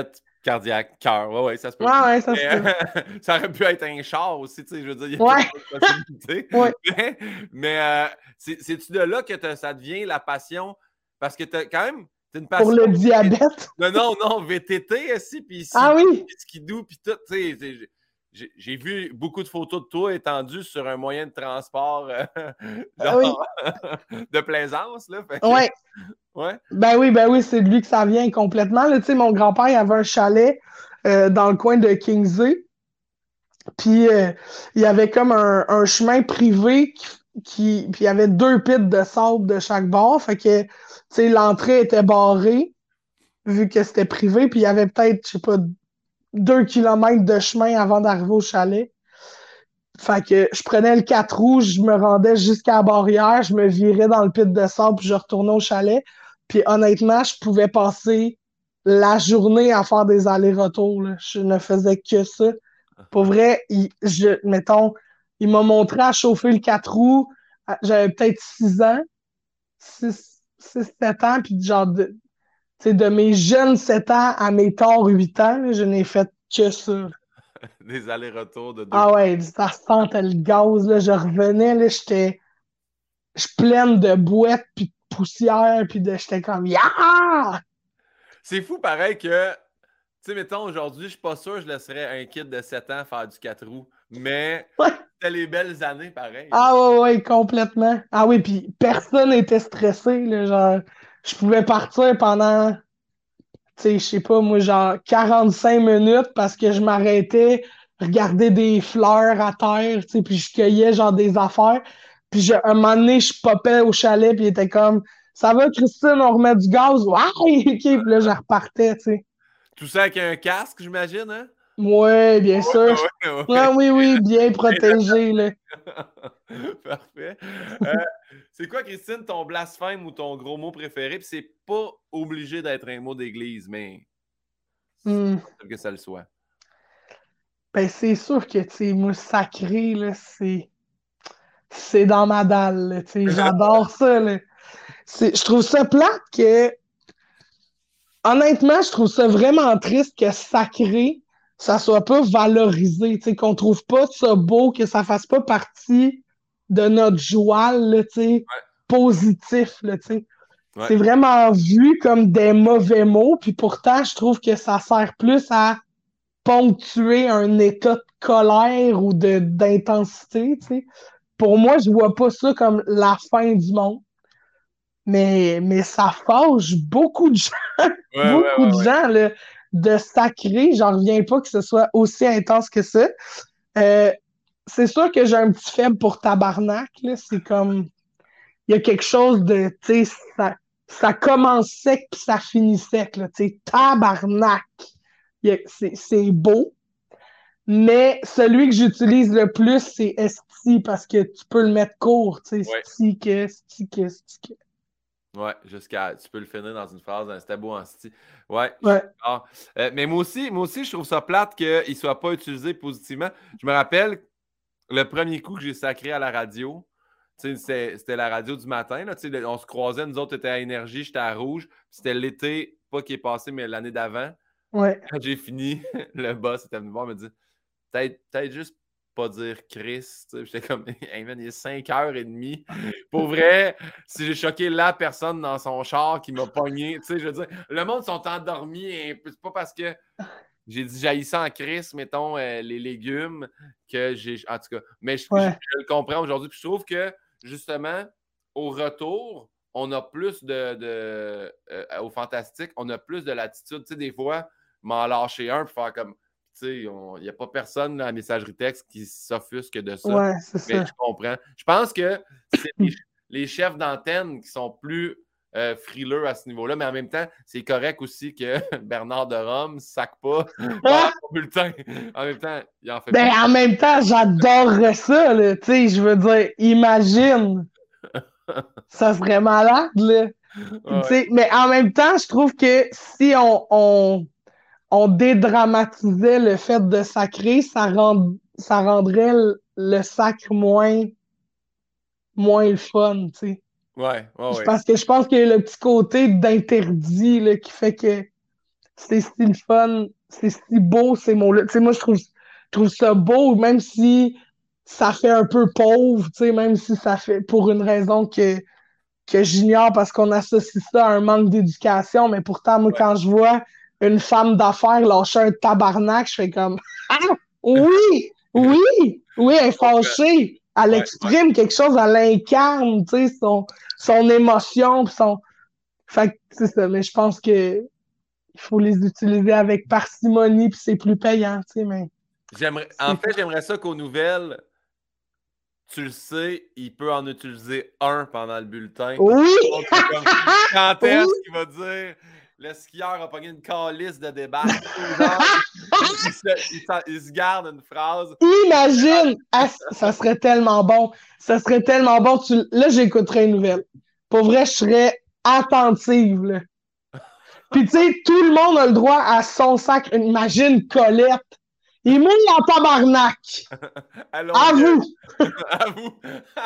Cardiaque, cœur, ouais, ouais, ça se peut. Ouais, ouais, ça Mais, se peut. euh, ça aurait pu être un char aussi, tu sais, je veux dire, il y a Ouais. toutes les possibilités. Ouais. Mais, mais euh, c'est, c'est-tu de là que t'as- ça devient la passion? Parce que t'as quand même, t'as une passion. Pour le diabète. Non, non, non, V T T aussi, puis ici, Ah oui? puis skidoo, puis tout, tu sais, j'ai, j'ai vu beaucoup de photos de toi étendues sur un moyen de transport, euh, genre, oui. de plaisance, là. Fait que, ouais. ouais. Ben oui, ben oui, c'est de lui que ça vient complètement. Là, tu sais, mon grand-père, il avait un chalet euh, dans le coin de Kingsey. Puis euh, il y avait comme un, un chemin privé qui, qui- puis il y avait deux pits de sable de chaque bord. Fait que, tu sais, l'entrée était barrée vu que c'était privé. Puis il y avait peut-être, je sais pas, deux kilomètres de chemin avant d'arriver au chalet. Fait que je prenais le quatre roues, je me rendais jusqu'à la barrière, je me virais dans le pit de sable, puis je retournais au chalet. Puis honnêtement, je pouvais passer la journée à faire des allers-retours, là. Je ne faisais que ça. Pour vrai, il, je, mettons, il m'a montré à chauffer le quatre roues. J'avais peut-être six ans, six sept ans, puis genre, de, tu sais, de mes jeunes sept ans à mes torts huit ans, là, je n'ai fait que ça. Des allers-retours de deux. Ah ouais, ça sentait le gaz, là. Je revenais, là, j'étais je pleine de boîtes, puis de poussière, puis de j'étais comme yeah! C'est fou pareil que, tu sais, mettons, aujourd'hui, je suis pas sûr que je laisserais un kid de sept ans faire du quatre roues, mais Ouais. c'était les belles années pareil. Ah ouais, ouais, complètement. Ah oui, puis personne n'était stressé, là, genre, je pouvais partir pendant, tu sais, je sais pas, moi, genre quarante-cinq minutes parce que je m'arrêtais, regarder des fleurs à terre, tu sais, puis je cueillais genre des affaires. Puis je, un moment donné, je popais au chalet, puis il était comme, ça va, Christine, on remet du gaz? Ouais! OK, puis là, je repartais, tu sais. Tout ça avec un casque, j'imagine, hein? Ouais, bien sûr. Ouais, ouais, ouais. Ah oui, oui, bien protégé, là. Parfait. Euh, c'est quoi, Christine, ton blasphème ou ton gros mot préféré? Puis c'est pas obligé d'être un mot d'église, mais Hmm. c'est que ça le soit. Ben, c'est sûr que, tu sais, moi, sacré, là, c'est... C'est dans ma dalle, là, tu sais. J'adore ça, là. C'est... Je trouve ça plate que... Honnêtement, je trouve ça vraiment triste que sacré, ça soit pas valorisé, tu sais, qu'on trouve pas ça beau, que ça fasse pas partie de notre joie, là, tu sais, Ouais. positif, là, tu sais. Ouais. C'est vraiment vu comme des mauvais mots, puis pourtant, je trouve que ça sert plus à ponctuer un état de colère ou de d'intensité, tu sais. Pour moi, je vois pas ça comme la fin du monde. Mais, mais ça fâche beaucoup de gens, Ouais, ouais, beaucoup ouais, de ouais. gens, là, de sacrer. J'en reviens pas que ce soit aussi intense que ça. Euh, c'est sûr que j'ai un petit faible pour tabarnak, là. C'est comme, il y a quelque chose de, tu sais, ça, ça commence sec puis ça finit sec, là. Tu sais, tabarnak. Il y a- C'est c'est beau. Mais celui que j'utilise le plus, c'est esti parce que tu peux le mettre court, tu sais, Ouais. esti que, esti que, esti que. Ouais, jusqu'à. Tu peux le finir dans une phrase, un c'était beau en style. Ouais, je suis Ouais. d'accord. Euh, mais moi aussi, moi aussi, je trouve ça plate qu'il ne soit pas utilisé positivement. Je me rappelle le premier coup que j'ai sacré à la radio. Tu sais, C'était c'était la radio du matin. Là, tu sais, on se croisait, nous autres, étaient à Énergie, j'étais à Rouge. C'était l'été, pas qui est passé, mais l'année d'avant. Ouais. Quand j'ai fini, le boss était venu me voir et me dit peut-être peut juste pas dire Chris. Tu sais, J'étais comme, hey man, il est cinq heures trente. Pour vrai, si j'ai choqué la personne dans son char qui m'a pogné, tu sais, je veux dire, le monde sont endormis. un peu. C'est pas parce que j'ai dit jaillissant en Chris, mettons, euh, les légumes, que j'ai. En tout cas, mais je, je- Ouais. je le comprends aujourd'hui. Puis je trouve que, justement, au retour, on a plus de. de euh, au fantastique, on a plus de latitude. Tu sais, des fois, m'en lâcher un pour faire comme. Tu sais, il n'y a pas personne dans la messagerie texte qui s'offusque de ça. Ouais, c'est Mais ça. je comprends. Je pense que c'est les, les chefs d'antenne qui sont plus euh, frileux à ce niveau-là, mais en même temps, c'est correct aussi que Bernard de Rome ne sac pas pendant son bulletin. En même temps, il en fait Ben, plus. en même temps, j'adorerais ça, là. Tu sais, je veux dire, imagine. Ça serait malade, là. Puis, Ouais, tu ouais. sais, mais en même temps, je trouve que si on, on, on dédramatisait le fait de sacrer, ça, rend, ça rendrait le, le sacre moins, moins le fun, tu sais. Ouais, ouais, ouais. Parce que je pense qu'il y a le petit côté d'interdit, là, qui fait que c'est si le fun c'est si beau, ces mots-là. Tu sais, moi, je trouve, je trouve ça beau, même si ça fait un peu pauvre, tu sais, même si ça fait pour une raison que, que j'ignore parce qu'on associe ça à un manque d'éducation. Mais pourtant, moi, Ouais. quand je vois une femme d'affaires lâcher un tabarnak, je fais comme Ah! Oui! Oui! Oui, elle est fâchée. Elle Ouais, exprime ouais. quelque chose, elle incarne, tu sais, son, son émotion, pis son. Fait que, c'est ça, mais je pense que il faut les utiliser avec parcimonie, puis c'est plus payant, tu sais, mais... J'aimerais, en fait, j'aimerais ça qu'aux nouvelles, tu le sais, il peut en utiliser un pendant le bulletin. Oui! Comme, quand est-ce oui. qu'il va dire le skieur a pogné une calice de débat? Genre, il, il, se, il, se, il se garde une phrase. Imagine! Ah, ça serait tellement bon. Ça serait tellement bon. Tu... Là, j'écouterais une nouvelle. Pour vrai, je serais attentive, là. Puis, tu sais, tout le monde a le droit à son sac. Imagine Colette. Il mouille en tabarnak. À vous. À vous.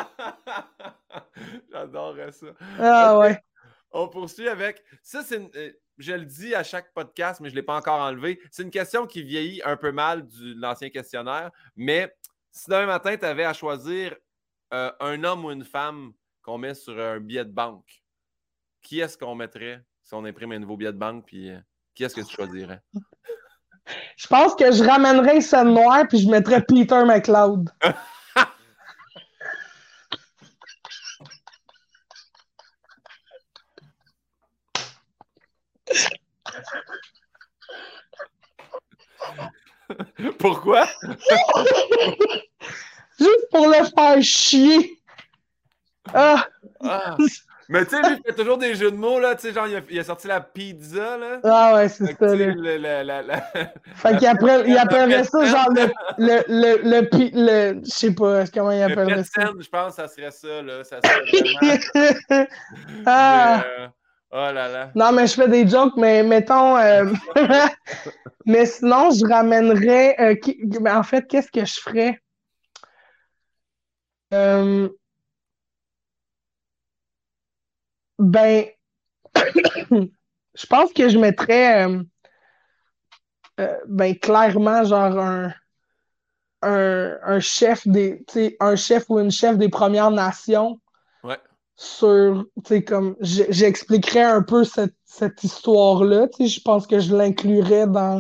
J'adorerais ça. Ah okay. Ouais. On poursuit avec... Ça, c'est une... Je le dis à chaque podcast, mais je ne l'ai pas encore enlevé. C'est une question qui vieillit un peu mal du, de l'ancien questionnaire. Mais si demain matin, tu avais à choisir euh, un homme ou une femme qu'on met sur un billet de banque, qui est-ce qu'on mettrait si on imprime un nouveau billet de banque? Puis euh, qui est-ce que tu choisirais? Je pense que je ramènerais scène noire puis je mettrais Peter McLeod. Pourquoi? Juste pour le faire chier. Ah! ah. Mais tu sais, lui, il fait toujours des jeux de mots, là. Tu sais, genre, il a, il a sorti la pizza, là. Ah ouais, c'est ça, là. Le, le, la, la, fait qu'il appelle, il appellerait ça, genre, le, le, le, le, le, le je sais pas comment il appellerait ça. Je pense que ça serait ça, là. Ça serait vraiment... ah! Mais, euh... oh là là. Non, mais je fais des jokes, mais mettons... Euh... mais sinon, je ramènerais... Euh, qui... En fait, qu'est-ce que je ferais? Euh... Ben... je pense que je mettrais... Euh... Euh, ben, clairement, genre, un... Un, un chef des... Tu sais, un chef ou une chef des Premières Nations. Ouais. Sur, tu sais, comme, j'expliquerais un peu cette, cette histoire-là, tu sais, je pense que je l'inclurais dans,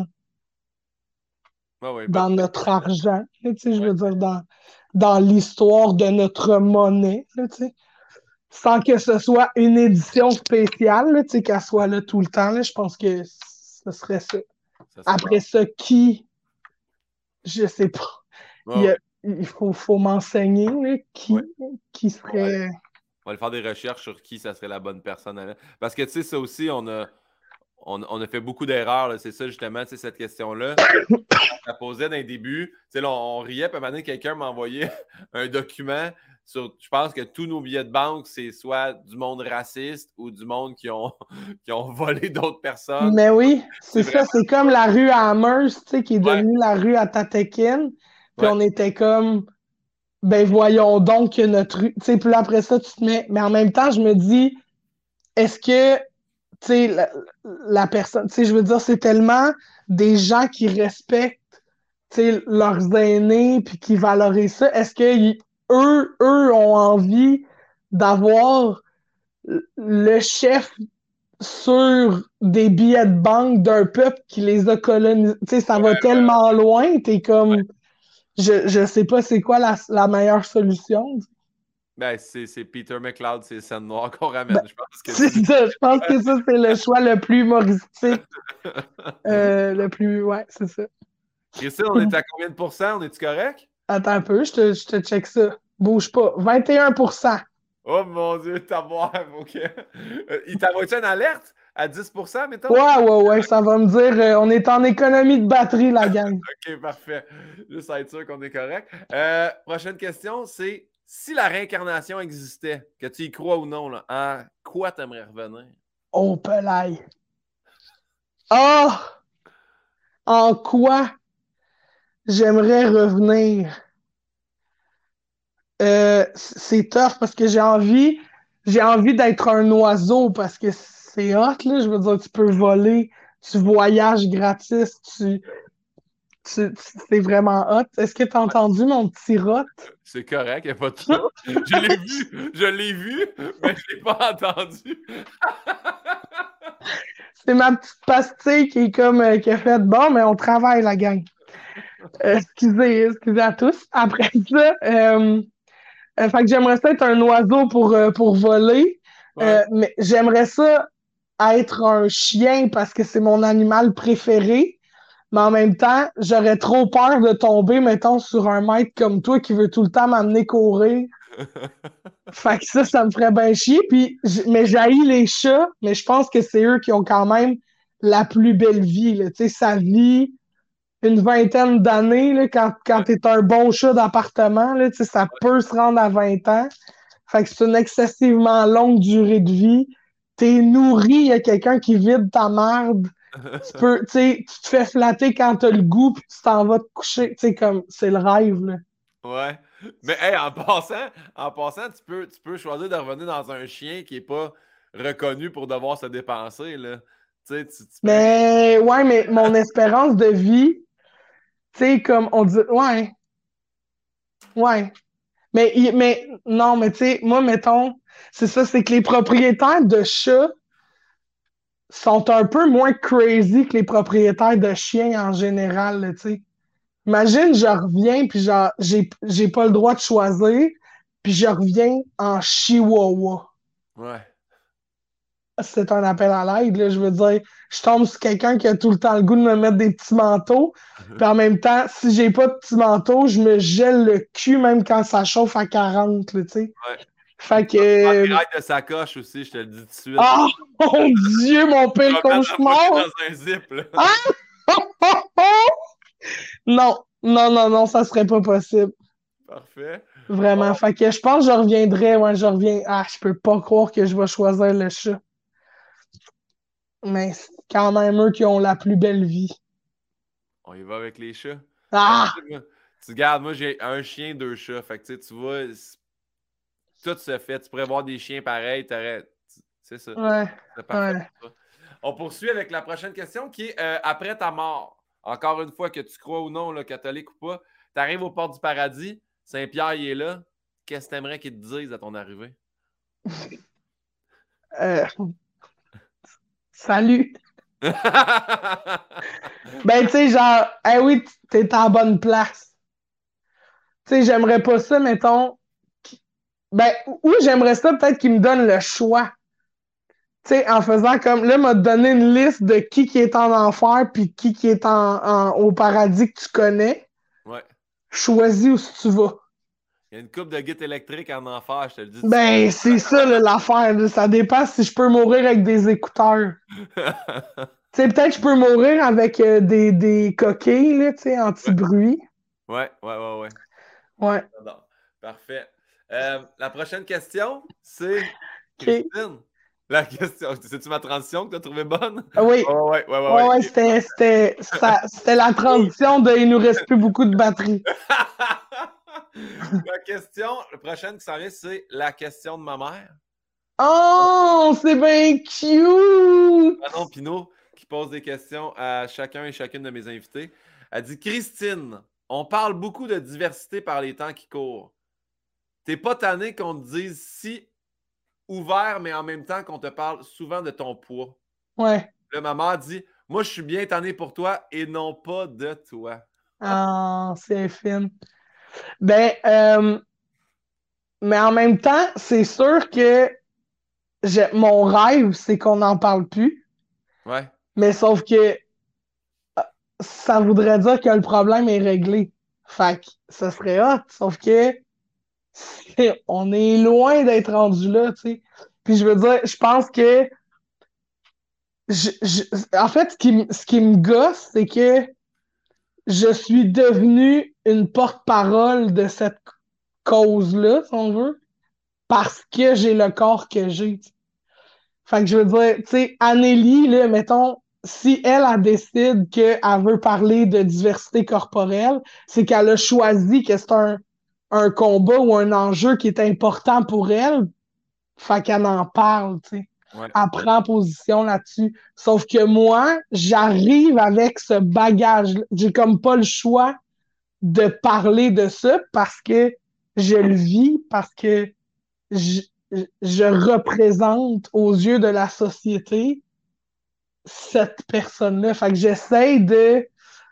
ouais, ouais, dans notre argent, tu sais, je veux dire, dans, dans l'histoire de notre monnaie, tu sais, sans que ce soit une édition spéciale, tu sais, qu'elle soit là tout le temps, là, je pense que ce serait ça. ça serait Après bon. Ça, qui, je sais pas, ouais. il, y a, il faut, faut m'enseigner, là, qui, ouais. qui serait... Ouais. On va aller faire des recherches sur qui ça serait la bonne personne. Parce que, tu sais, ça aussi, on a, on, on a fait beaucoup d'erreurs. C'est ça, justement, tu sais, cette question-là. On la posait dans les débuts. Tu sais, là, on, on riait, puis à un moment donné, quelqu'un m'a envoyé un document sur, je pense que tous nos billets de banque, c'est soit du monde raciste ou du monde qui ont, qui ont volé d'autres personnes. Mais oui, c'est ça. C'est comme la rue à Amherst, tu sais, qui est devenue ouais. la rue à Tatekin. Puis ouais. on était comme... Ben voyons donc que notre rue, tu sais, puis après ça, tu te mets, mais en même temps, je me dis, est-ce que, tu sais, la, la personne, tu sais, je veux dire, c'est tellement des gens qui respectent, tu sais, leurs aînés, puis qui valorisent ça, est-ce que eux, eux ont envie d'avoir le chef sur des billets de banque d'un peuple qui les a colonisés, tu sais, ça ouais, va ouais, tellement ouais. loin, t'es comme... Ouais. Je, je sais pas c'est quoi la, la meilleure solution. Ben, c'est, c'est Peter McLeod, c'est scène noire qu'on ramène. Ben, je pense que c'est ça, je pense que ça, c'est le choix le plus humoristique. euh, le plus, ouais, c'est ça. Christine, on est à combien de pourcents? On est-tu correct? Attends un peu, je te, je te check ça. Bouge pas. vingt et un pour cent. Oh mon Dieu, t'avoir, OK. Euh, il t'envoie-tu une alerte à dix pour cent, mettons? Ouais, ouais, ouais, ça va me dire euh, on est en économie de batterie, la gang. OK, parfait. Juste à être sûr qu'on est correct. Euh, prochaine question, c'est si la réincarnation existait, que tu y crois ou non, là, en quoi t'aimerais revenir? Oh, pelaille. Oh! En quoi j'aimerais revenir? Euh, c'est tough parce que j'ai envie j'ai envie d'être un oiseau parce que c'est hot, là. Je veux dire, tu peux voler, tu voyages gratis, tu, tu, tu- c'est vraiment hot. Est-ce que tu as entendu mon petit rot? C'est correct, il n'y a pas de ça. Je l'ai vu, je l'ai vu, mais je l'ai pas entendu. C'est ma petite pastille qui est comme euh, qui a fait bon, mais on travaille la gang. Euh, excusez, excusez à tous. Après ça, euh, euh, fait que j'aimerais ça être un oiseau pour, euh, pour voler. Ouais. Euh, mais j'aimerais ça être un chien parce que c'est mon animal préféré. Mais en même temps, j'aurais trop peur de tomber, mettons, sur un maître comme toi qui veut tout le temps m'amener courir. Fait que ça, ça me ferait bien chier. Puis, j- mais j'haïs les chats, mais je pense que c'est eux qui ont quand même la plus belle vie, là. Tu sais, ça vit une vingtaine d'années, là, quand, quand t'es un bon chat d'appartement, là, tu sais, ça peut se rendre à vingt ans. Fait que c'est une excessivement longue durée de vie. T'es nourri, il y a quelqu'un qui vide ta marde. Tu peux, tu sais, tu te fais flatter quand t'as le goût, puis tu t'en vas te coucher. Tu sais, comme, c'est le rêve, là. Ouais. Mais hey, en passant, en passant, tu peux, tu peux choisir de revenir dans un chien qui n'est pas reconnu pour devoir se dépenser, là. Tu sais, tu, tu peux. Mais, ouais, mais mon espérance de vie, tu sais, comme on dit, ouais, ouais. Mais, il- mais, non, mais tu sais, moi, mettons, c'est ça, c'est que les propriétaires de chats sont un peu moins crazy que les propriétaires de chiens en général, là, tu sais. Imagine, je reviens, puis genre, j'ai, j'ai pas le droit de choisir, puis je reviens en chihuahua. Ouais. C'est un appel à l'aide, là, je veux dire. Je tombe sur quelqu'un qui a tout le temps le goût de me mettre des petits manteaux, puis en même temps, si j'ai pas de petits manteaux, je me gèle le cul même quand ça chauffe à quarante, là, tu sais. Ouais. Fait Tu vas prendre que... des règles de sacoche aussi, je te le dis tout de suite. Ah, mon Dieu, mon Tu pire vas mettre la moitié cauchemar! dans un zip, là. Ah! Non, non, non, non, ça serait pas possible. Parfait. Vraiment. Bon, Fait que je pense que je reviendrai. Ouais, je reviens. Ah, je peux pas croire que je vais choisir le chat. Mais c'est quand même eux qui ont la plus belle vie. on y va avec les chats. Ben, Ah! tu sais, moi, tu regardes, moi, j'ai un chien, deux chats. Fait que, tu sais, tu vois, c'est- tout se fait. Tu pourrais voir des chiens pareils, t'aurais... C'est ça. Ouais, C'est parfait ouais. pour ça. On poursuit avec la prochaine question qui est euh, après ta mort. Encore une fois, que tu crois ou non, là, catholique ou pas, tu arrives aux portes du paradis, Saint-Pierre il est là. Qu'est-ce que tu aimerais qu'il te dise à ton arrivée? Euh, salut. Ben, tu sais, genre, eh oui, t'es en bonne place. Tu sais, j'aimerais pas ça, mettons. Ben, ou j'aimerais ça peut-être qu'ils me donnent le choix. Tu sais, en faisant comme, là, m'a donné une liste de qui qui est en enfer puis qui qui est en, en- au paradis que tu connais. Ouais. Choisis où tu vas. Il y a une coupe de guitare électrique en enfer, je te le dis tout de Ben, c'est ça, là, l'affaire, là. Ça dépend si je peux mourir avec des écouteurs. suite. Tu sais, peut-être que je peux mourir avec euh, des, des coquilles, là, tu sais, anti-bruit. Ouais, ouais, ouais, ouais. Ouais. J'adore. Parfait. Euh, la prochaine question, c'est OK. Christine. La question, c'est-tu ma transition que tu as trouvée bonne? Ah oui. Oh, ouais, ouais, ouais, Ouais, ouais. ouais, c'était, c'était, ça- c'était la transition de il nous reste plus beaucoup de batterie. La question, la prochaine qui s'en vient, c'est la question de ma mère. Oh, c'est bien cute! Manon Pinault, qui pose des questions à chacun et chacune de mes invités. Elle dit Christine, on parle beaucoup de diversité par les temps qui courent. T'es pas tanné qu'on te dise si ouvert, mais en même temps qu'on te parle souvent de ton poids. Ouais. Là, ma mère dit moi, je suis bien tanné pour toi et non pas de toi. Ah, c'est fine. Ben, euh, mais en même temps, c'est sûr que j'ai- mon rêve, c'est qu'on n'en parle plus. Ouais. Mais sauf que ça voudrait dire que le problème est réglé. Fait que ça serait hot. Sauf que on est loin d'être rendu là, tu sais. Puis je veux dire, je pense que je, je- en fait, ce qui, m- ce qui me gosse, c'est que je suis devenu une porte-parole de cette cause-là, si on veut, parce que j'ai le corps que j'ai. Tu sais. Fait que je veux dire, tu sais, Anneli, là, mettons, si elle, elle décide qu'elle veut parler de diversité corporelle, c'est qu'elle a choisi que c'est un, un combat ou un enjeu qui est important pour elle, fait qu'elle en parle, tu sais. ouais. Elle prend position là-dessus. Sauf que moi, j'arrive avec ce bagage. J'ai comme pas le choix de parler de ça parce que je le vis, parce que je, je représente aux yeux de la société cette personne-là. Fait que j'essaie de...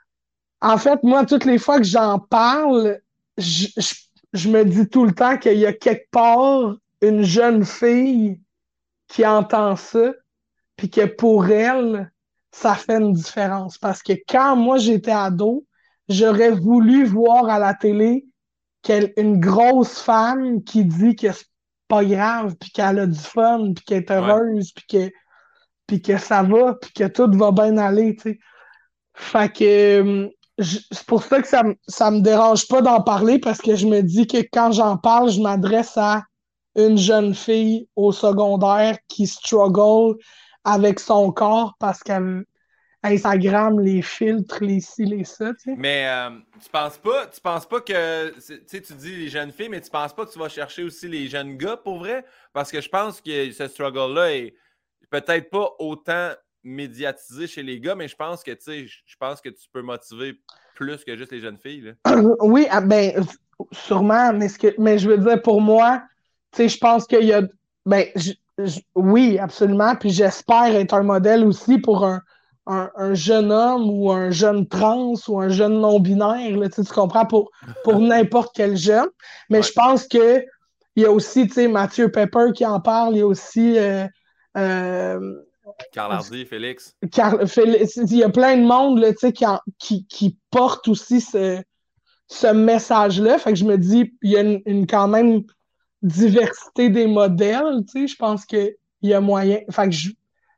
En fait, moi, toutes les fois que j'en parle, je, je, je me dis tout le temps qu'il y a quelque part une jeune fille qui entend ça, puis que pour elle, ça fait une différence. Parce que quand moi, j'étais ado, j'aurais voulu voir à la télé qu'elle, une grosse femme qui dit que c'est pas grave, puis qu'elle a du fun, puis qu'elle est heureuse, puis que, puis que ça va, puis que tout va bien aller, tu sais. Fait que je- c'est pour ça que ça, me- ça me dérange pas d'en parler, parce que je me dis que quand j'en parle, je m'adresse à une jeune fille au secondaire qui struggle avec son corps parce qu'elle Instagram, les filtres, les ci, les ça, tu sais. Mais euh, tu penses pas, tu penses pas que, tu sais, tu dis les jeunes filles, mais tu penses pas que tu vas chercher aussi les jeunes gars pour vrai? Parce que je pense que ce struggle-là est peut-être pas autant médiatisé chez les gars, mais je pense que, tu sais, je pense que tu peux motiver plus que juste les jeunes filles, là. Oui, ah, ben, sûrement, mais, ce que, mais je veux dire, pour moi, tu sais, je pense qu'il y a, ben, je- je- oui, absolument, puis j'espère être un modèle aussi pour un, un, un jeune homme ou un jeune trans ou un jeune non-binaire, là, tu sais, tu comprends, pour, pour n'importe quel jeune. Mais Ouais. je pense que il y a aussi, tu sais, Mathieu Pepper qui en parle, il y a aussi euh, euh, Carl Hardy, Félix. Car- Félix- il y a plein de monde là, tu sais, qui, en- qui, qui porte aussi ce ce message-là. Fait que je me dis, il y a une, une quand même diversité des modèles, tu sais, je pense qu'il y a moyen. Fait que je-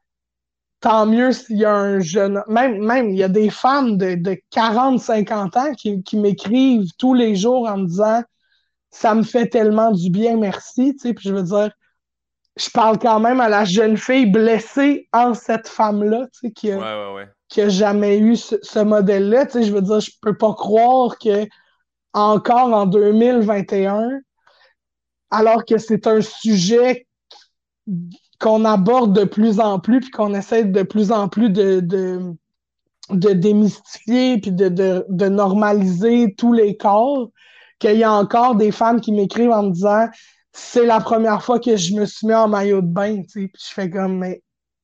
tant mieux s'il y a un jeune. Même, même il y a des femmes de, de quarante cinquante ans qui, qui m'écrivent tous les jours en me disant ça me fait tellement du bien, merci. Tu sais, puis je veux dire, je parle quand même à la jeune fille blessée en cette femme-là, tu sais, qui Ouais, a, ouais, ouais. qui a jamais eu ce, ce modèle-là. Tu sais, je veux dire, je peux pas croire que encore en deux mille vingt et un, alors que c'est un sujet qu'on aborde de plus en plus, puis qu'on essaie de plus en plus de, de, de démystifier, puis de, de, de normaliser tous les corps, qu'il y a encore des femmes qui m'écrivent en me disant c'est la première fois que je me suis mis en maillot de bain, tu sais, puis je fais comme, mais,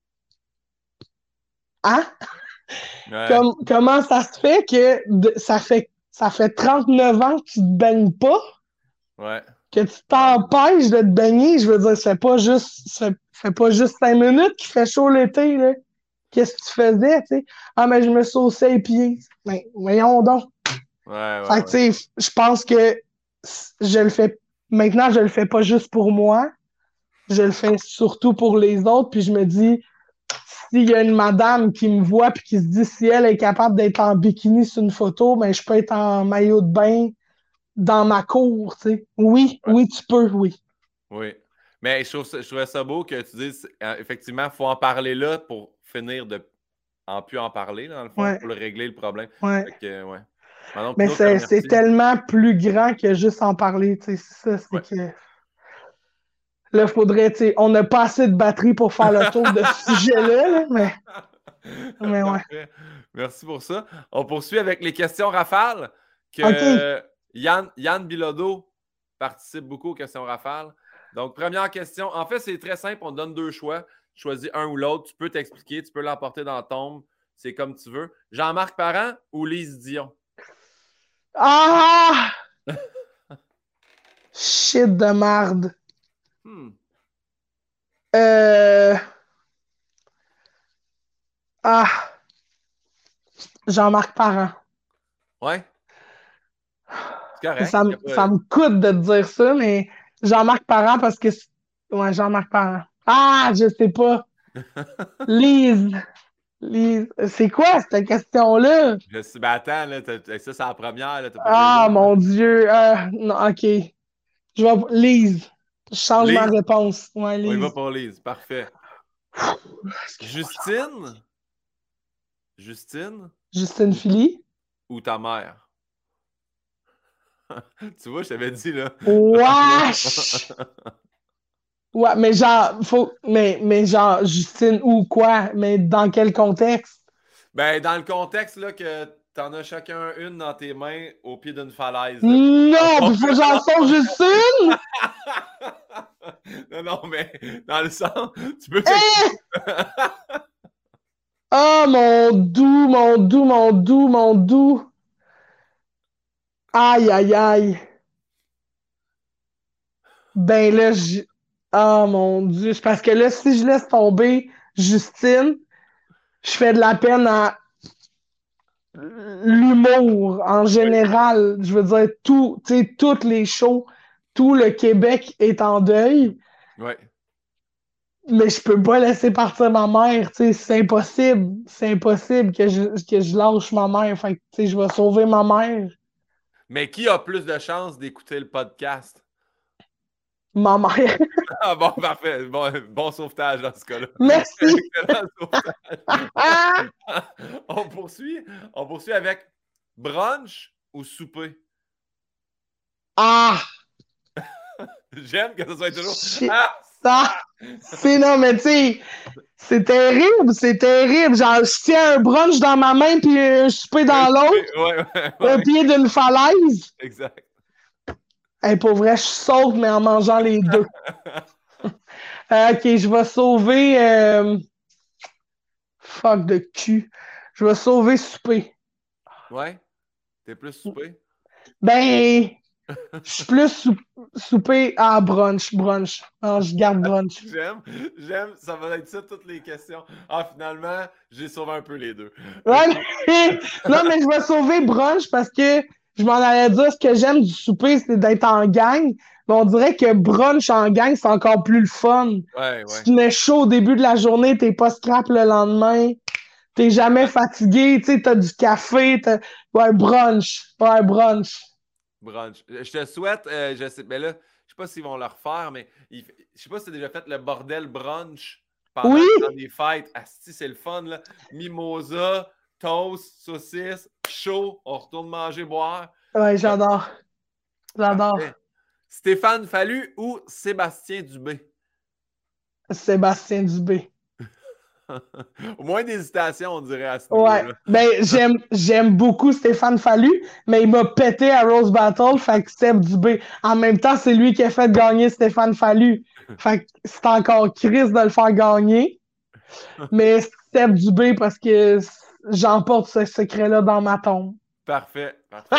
hein? Ouais, Comme, comment ça se fait que de- ça fait, ça fait trente-neuf ans que tu te baignes pas? ouais. Que tu Ah, t'empêches de te baigner, je veux dire, ça fait pas juste, ça fait pas juste cinq minutes qu'il fait chaud l'été, là. Qu'est-ce que tu faisais, tu sais? Ah, mais je me saussais les pieds. Mais voyons donc. ouais, ouais, Fait que, ouais. tu sais, je pense que je le fais, maintenant, je le fais pas juste pour moi, je le fais surtout pour les autres, puis je me dis, s'il y a une madame qui me voit puis qui se dit si elle est capable d'être en bikini sur une photo, ben je peux être en maillot de bain dans ma cour, tu sais. Oui, Ouais. oui, tu peux, oui. Oui. Mais je trouve ça, je trouvais ça beau que tu dises, euh, effectivement, il faut en parler là pour finir de en plus en parler, dans le fond, Ouais, pour le régler le problème. ouais. Fait que, ouais. Manon Mais Pinot te c'est c'est remercie. tellement plus grand que juste en parler, tu sais. C'est ça, c'est Ouais. que là, faudrait, tu sais, on n'a pas assez de batterie pour faire le tour de ce sujet-là, là, mais, mais ouais. Parfait. Merci pour ça. On poursuit avec les questions rafales. OK. Que Yann, Yann Bilodeau participe beaucoup aux questions rafales. Donc, première question. En fait, c'est très simple. On te donne deux choix. Tu choisis un ou l'autre. Tu peux t'expliquer. Tu peux l'emporter dans la tombe. C'est comme tu veux. Jean-Marc Parent ou Lise Dion? Ah! Shit de marde. Hmm. Euh... Ah! Jean-Marc Parent. Ouais, c'est correct. Ça, Y me- a pas- ça me coûte de te dire ça, mais Jean-Marc Parent parce que... c'est- Ouais, Jean-Marc Parent. Ah! Je sais pas. Lise. Lise. C'est quoi cette question-là? Je suis ben attends, là, t'as- t'as- ça c'est la première, là, t'as pas les Ah, autres. Là. mon Dieu. Ah, non, OK. Je vais... Lise. Je change ma Lise, réponse. Ouais, on y va Lise. pour Lise. Parfait. Excuse-moi, Jean-Marc. Justine, Justine Justine ou, Philly. ou ta mère? Tu vois, je t'avais dit, là. Wesh! Ouais, mais genre, faut. Mais, mais genre, Justine ou quoi? Mais dans quel contexte? Ben, dans le contexte là, que t'en as chacun une dans tes mains au pied d'une falaise. Là, puis- Non, il faut que j'en sauve juste une! non, non, mais dans le sens, tu peux Eh! Ah, mon doux, mon doux, mon doux, mon doux. Aïe, aïe, aïe. Ben là, je... Ah, mon Dieu. C'est parce que là, si je laisse tomber Justine, je fais de la peine à l'humour en Oui. général. Je veux dire, tout, tu sais, toutes les shows, tout le Québec est en deuil. Ouais. Mais je peux pas laisser partir ma mère, tu sais, c'est impossible. C'est impossible que je, que je lâche ma mère. Fait que, tu sais, je vais sauver ma mère. Mais qui a plus de chances d'écouter le podcast? Ma mère. Ah bon, parfait. Bon, bon sauvetage dans ce cas-là. Merci. Excellent sauvetage. Ah! On poursuit. On poursuit avec brunch ou souper? Ah! J'aime que ce soit toujours. Shit. Ah! Ah! C'est non, mais tu sais, c'est terrible, c'est terrible. Genre, je tiens un brunch dans ma main puis un souper dans l'autre, Ouais, ouais, au ouais. pied d'une falaise. Exact. Hey, pour vrai, je saute, mais en mangeant les deux. Euh, ok, je vais sauver. euh, Fuck de cul. Je vais sauver souper. Ouais? T'es plus souper? Ben, je suis plus sou- souper à brunch, brunch. Non, je garde brunch. J'aime, j'aime, ça va être ça toutes les questions. Ah, finalement, j'ai sauvé un peu les deux. Ouais, mais- non, mais je vais sauver brunch parce que je m'en allais dire ce que j'aime du souper, c'est d'être en gang. Mais on dirait que brunch en gang, c'est encore plus le fun. Ouais, Tu ouais. te mets chaud au début de la journée, t'es pas scrap le lendemain, t'es jamais fatigué, tu sais, t'as du café, t'as... Ouais, brunch. Ouais, brunch. Brunch. Je te souhaite, euh, je sais, mais là, je sais pas s'ils vont le refaire, mais il- je sais pas si tu as déjà fait le bordel brunch pendant Oui! dans des fêtes. Asti, c'est le fun, là. Mimosa, toast, saucisse, chaud, on retourne manger, boire. Ouais, j'adore. J'adore. Parfait. Stéphane Fallu ou Sébastien Dubé? Sébastien Dubé. Au moins d'hésitation, on dirait, à ce Ouais. niveau-là. Ben, j'aime, j'aime beaucoup Stéphane Fallu, mais il m'a pété à Rose Battle, fait que Seb Dubé. En même temps, c'est lui qui a fait gagner Stéphane Fallu. Fait que c'est encore Chris de le faire gagner. Mais Seb Dubé, parce que j'emporte ce secret-là dans ma tombe. Parfait, parfait.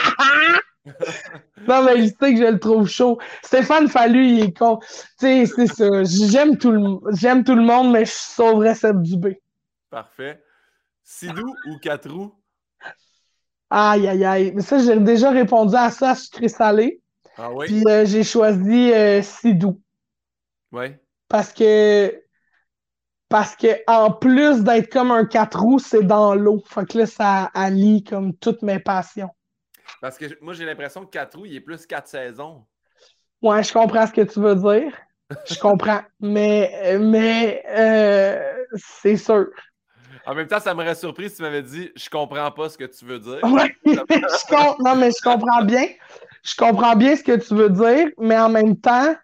Non, mais je sais que je le trouve chaud. Stéphane Fallu, il est con. Tu sais, c'est ça. J'aime tout le, j'aime tout le monde, mais je sauverais Seb Dubé. Parfait. Sidou ou quatre roues? Aïe, aïe, aïe. Mais ça, j'ai déjà répondu à ça, sucré-salé. Ah oui? Puis euh, j'ai choisi euh, Sidou. Oui. Parce que, parce que en plus d'être comme un quatre roues, c'est dans l'eau. Fait que là, ça allie comme toutes mes passions. Parce que moi, j'ai l'impression que quatre roues, il est plus quatre saisons. Ouais, je comprends ce que tu veux dire. Je comprends. Mais, mais euh, c'est sûr. En même temps, ça m'aurait surpris si tu m'avais dit « Je comprends pas ce que tu veux dire. » Ouais, je com- non, mais je comprends bien. Je comprends bien ce que tu veux dire, mais en même temps,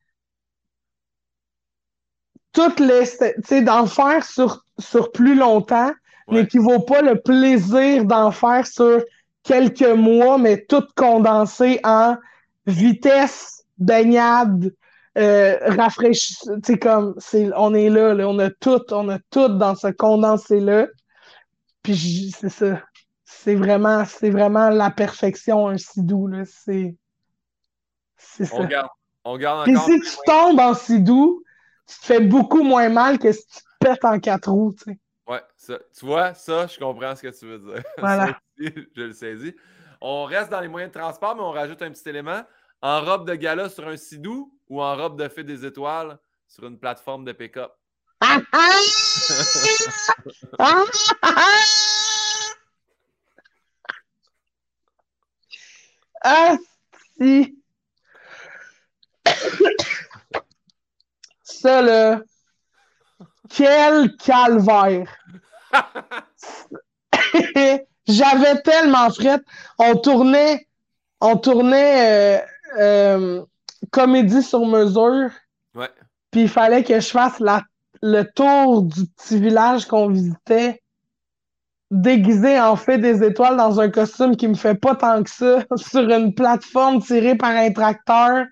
toutes les, tu sais, d'en faire sur, sur plus longtemps Ouais, n'équivaut pas le plaisir d'en faire sur quelques mois, mais tout condensé en vitesse, baignade, euh, rafraîchissement. Tu sais, comme, c'est, on est là, là, on a tout, on a tout dans ce condensé-là. Puis j- c'est ça. C'est vraiment, c'est vraiment la perfection, un sidou, là. C'est, c'est on ça. garde, on garde Puis encore si plus tu loin. tombes en sidou, tu te fais beaucoup moins mal que si tu te pètes en quatre roues, tu sais. Ouais, ça, tu vois, ça, je comprends ce que tu veux dire. Ça Voilà. aussi, je le saisis. On reste dans les moyens de transport, mais on rajoute un petit élément. En robe de gala sur un sidou ou en robe de fée des étoiles sur une plateforme de pick-up? Ah, ah! Ah, ah! Ah, si. Ça, là, quel calvaire. J'avais tellement fret. On tournait, on tournait euh, euh, comédie sur mesure. Ouais. Puis il fallait que je fasse la, le tour du petit village qu'on visitait, déguisé en fait des étoiles dans un costume qui me fait pas tant que ça, sur une plateforme tirée par un tracteur.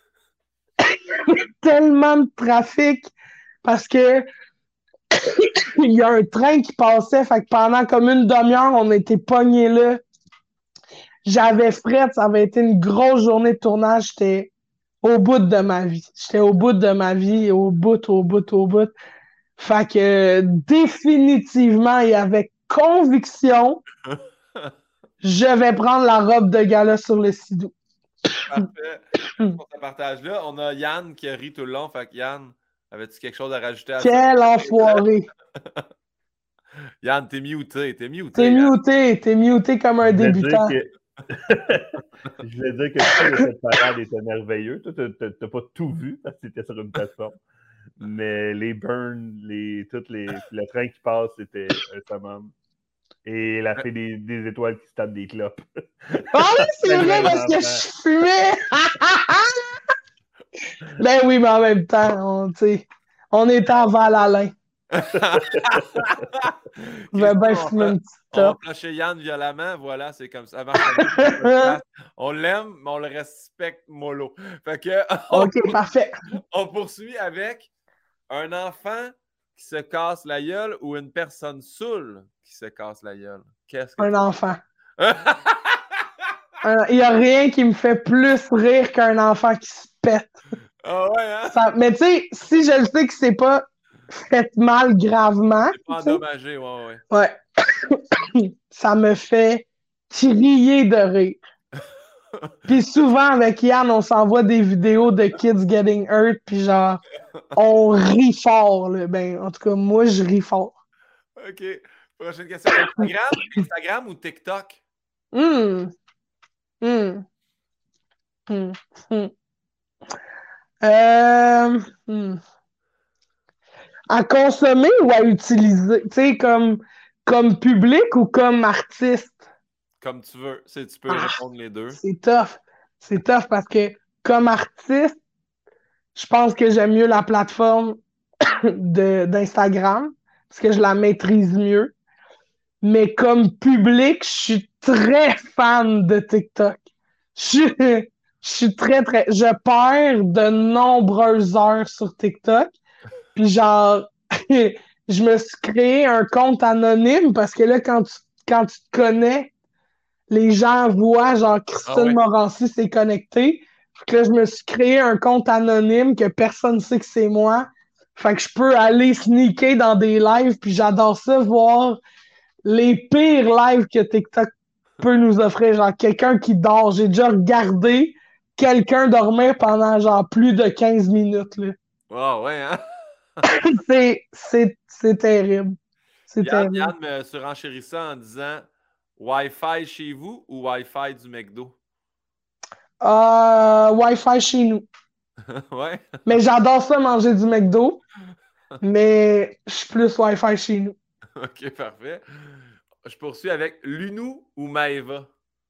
Tellement de trafic parce que il y a un train qui passait, fait que pendant comme une demi-heure, on était pognés là. J'avais fret, ça avait été une grosse journée de tournage, j'étais au bout de ma vie. J'étais au bout de ma vie, au bout, au bout, au bout. Fait que définitivement et avec conviction, je vais prendre la robe de gala sur le Sidou. Parfait. Pour ce partage-là, on a Yann qui a ri tout le long. Fait que Yann, avais-tu quelque chose à rajouter à ça? Quel enfoiré! Yann, t'es muté, t'es muté. T'es Yann. muté, t'es muté comme un Je voulais débutant. dire que- Je voulais dire que tout cette parade était merveilleux. Toi, t'as- t'as t'as pas tout vu parce que c'était sur une plateforme. Mais les burns, les, toutes les, le train qui passe, c'était un summum. Et la fée des, des étoiles qui se tape des clopes. Ah oui, c'est vrai parce que je fumais! Ben oui, mais en même temps, on, tu sais, on était en Val-Alain. Je vais bien fumer une petite On va top. plancher Yann violemment, voilà, c'est comme ça. Avant, on l'aime, mais on le respecte mollo. Fait que, on, OK, parfait. on poursuit avec un enfant qui se casse la gueule ou une personne saoule qui se casse la gueule. Qu'est-ce que Un tu- enfant. Un- Il n'y a rien qui me fait plus rire qu'un enfant qui se pète. Ah ouais, hein? Ça- mais tu sais, si je le sais que c'est pas fait mal gravement, C'est pas tu sais, endommagé, ouais, ouais. ouais. Ça me fait crier de rire. Puis souvent, avec Yann, on s'envoie des vidéos de kids getting hurt, puis genre, on rit fort, là. Ben, en tout cas, moi, je ris fort. OK. Prochaine question. Instagram, Instagram ou TikTok? Hum. Hum. Hum. Hum. Euh, hum. À consommer ou à utiliser? Tu sais, comme, comme public ou comme artiste? Comme tu veux. C'est- Tu peux Ah, répondre les deux. c'est tough. C'est tough parce que comme artiste, je pense que j'aime mieux la plateforme de, d'Instagram parce que je la maîtrise mieux. Mais comme public, je suis très fan de TikTok. Je suis, je suis très, très... Je perds de nombreuses heures sur TikTok. Puis genre, je me suis créé un compte anonyme parce que là, quand tu, quand tu te connais, les gens voient genre Christine Ah ouais. Morancy s'est connectée. Fait que là, je me suis créé un compte anonyme que personne ne sait que c'est moi. Fait que je peux aller sneaker dans des lives, puis j'adore ça, voir les pires lives que TikTok peut nous offrir. Genre quelqu'un qui dort. J'ai déjà regardé quelqu'un dormir pendant genre plus de quinze minutes. Là. Ah ouais, hein? c'est, c'est, c'est terrible. C'est Yann, terrible. Yann me surenchérissait en disant Wi-Fi chez vous ou Wi-Fi du McDo? Euh, Wi-Fi chez nous. Ouais. Mais j'adore ça manger du McDo. Mais je suis plus Wi-Fi chez nous. OK, parfait. Je poursuis avec Lunou ou Maeva?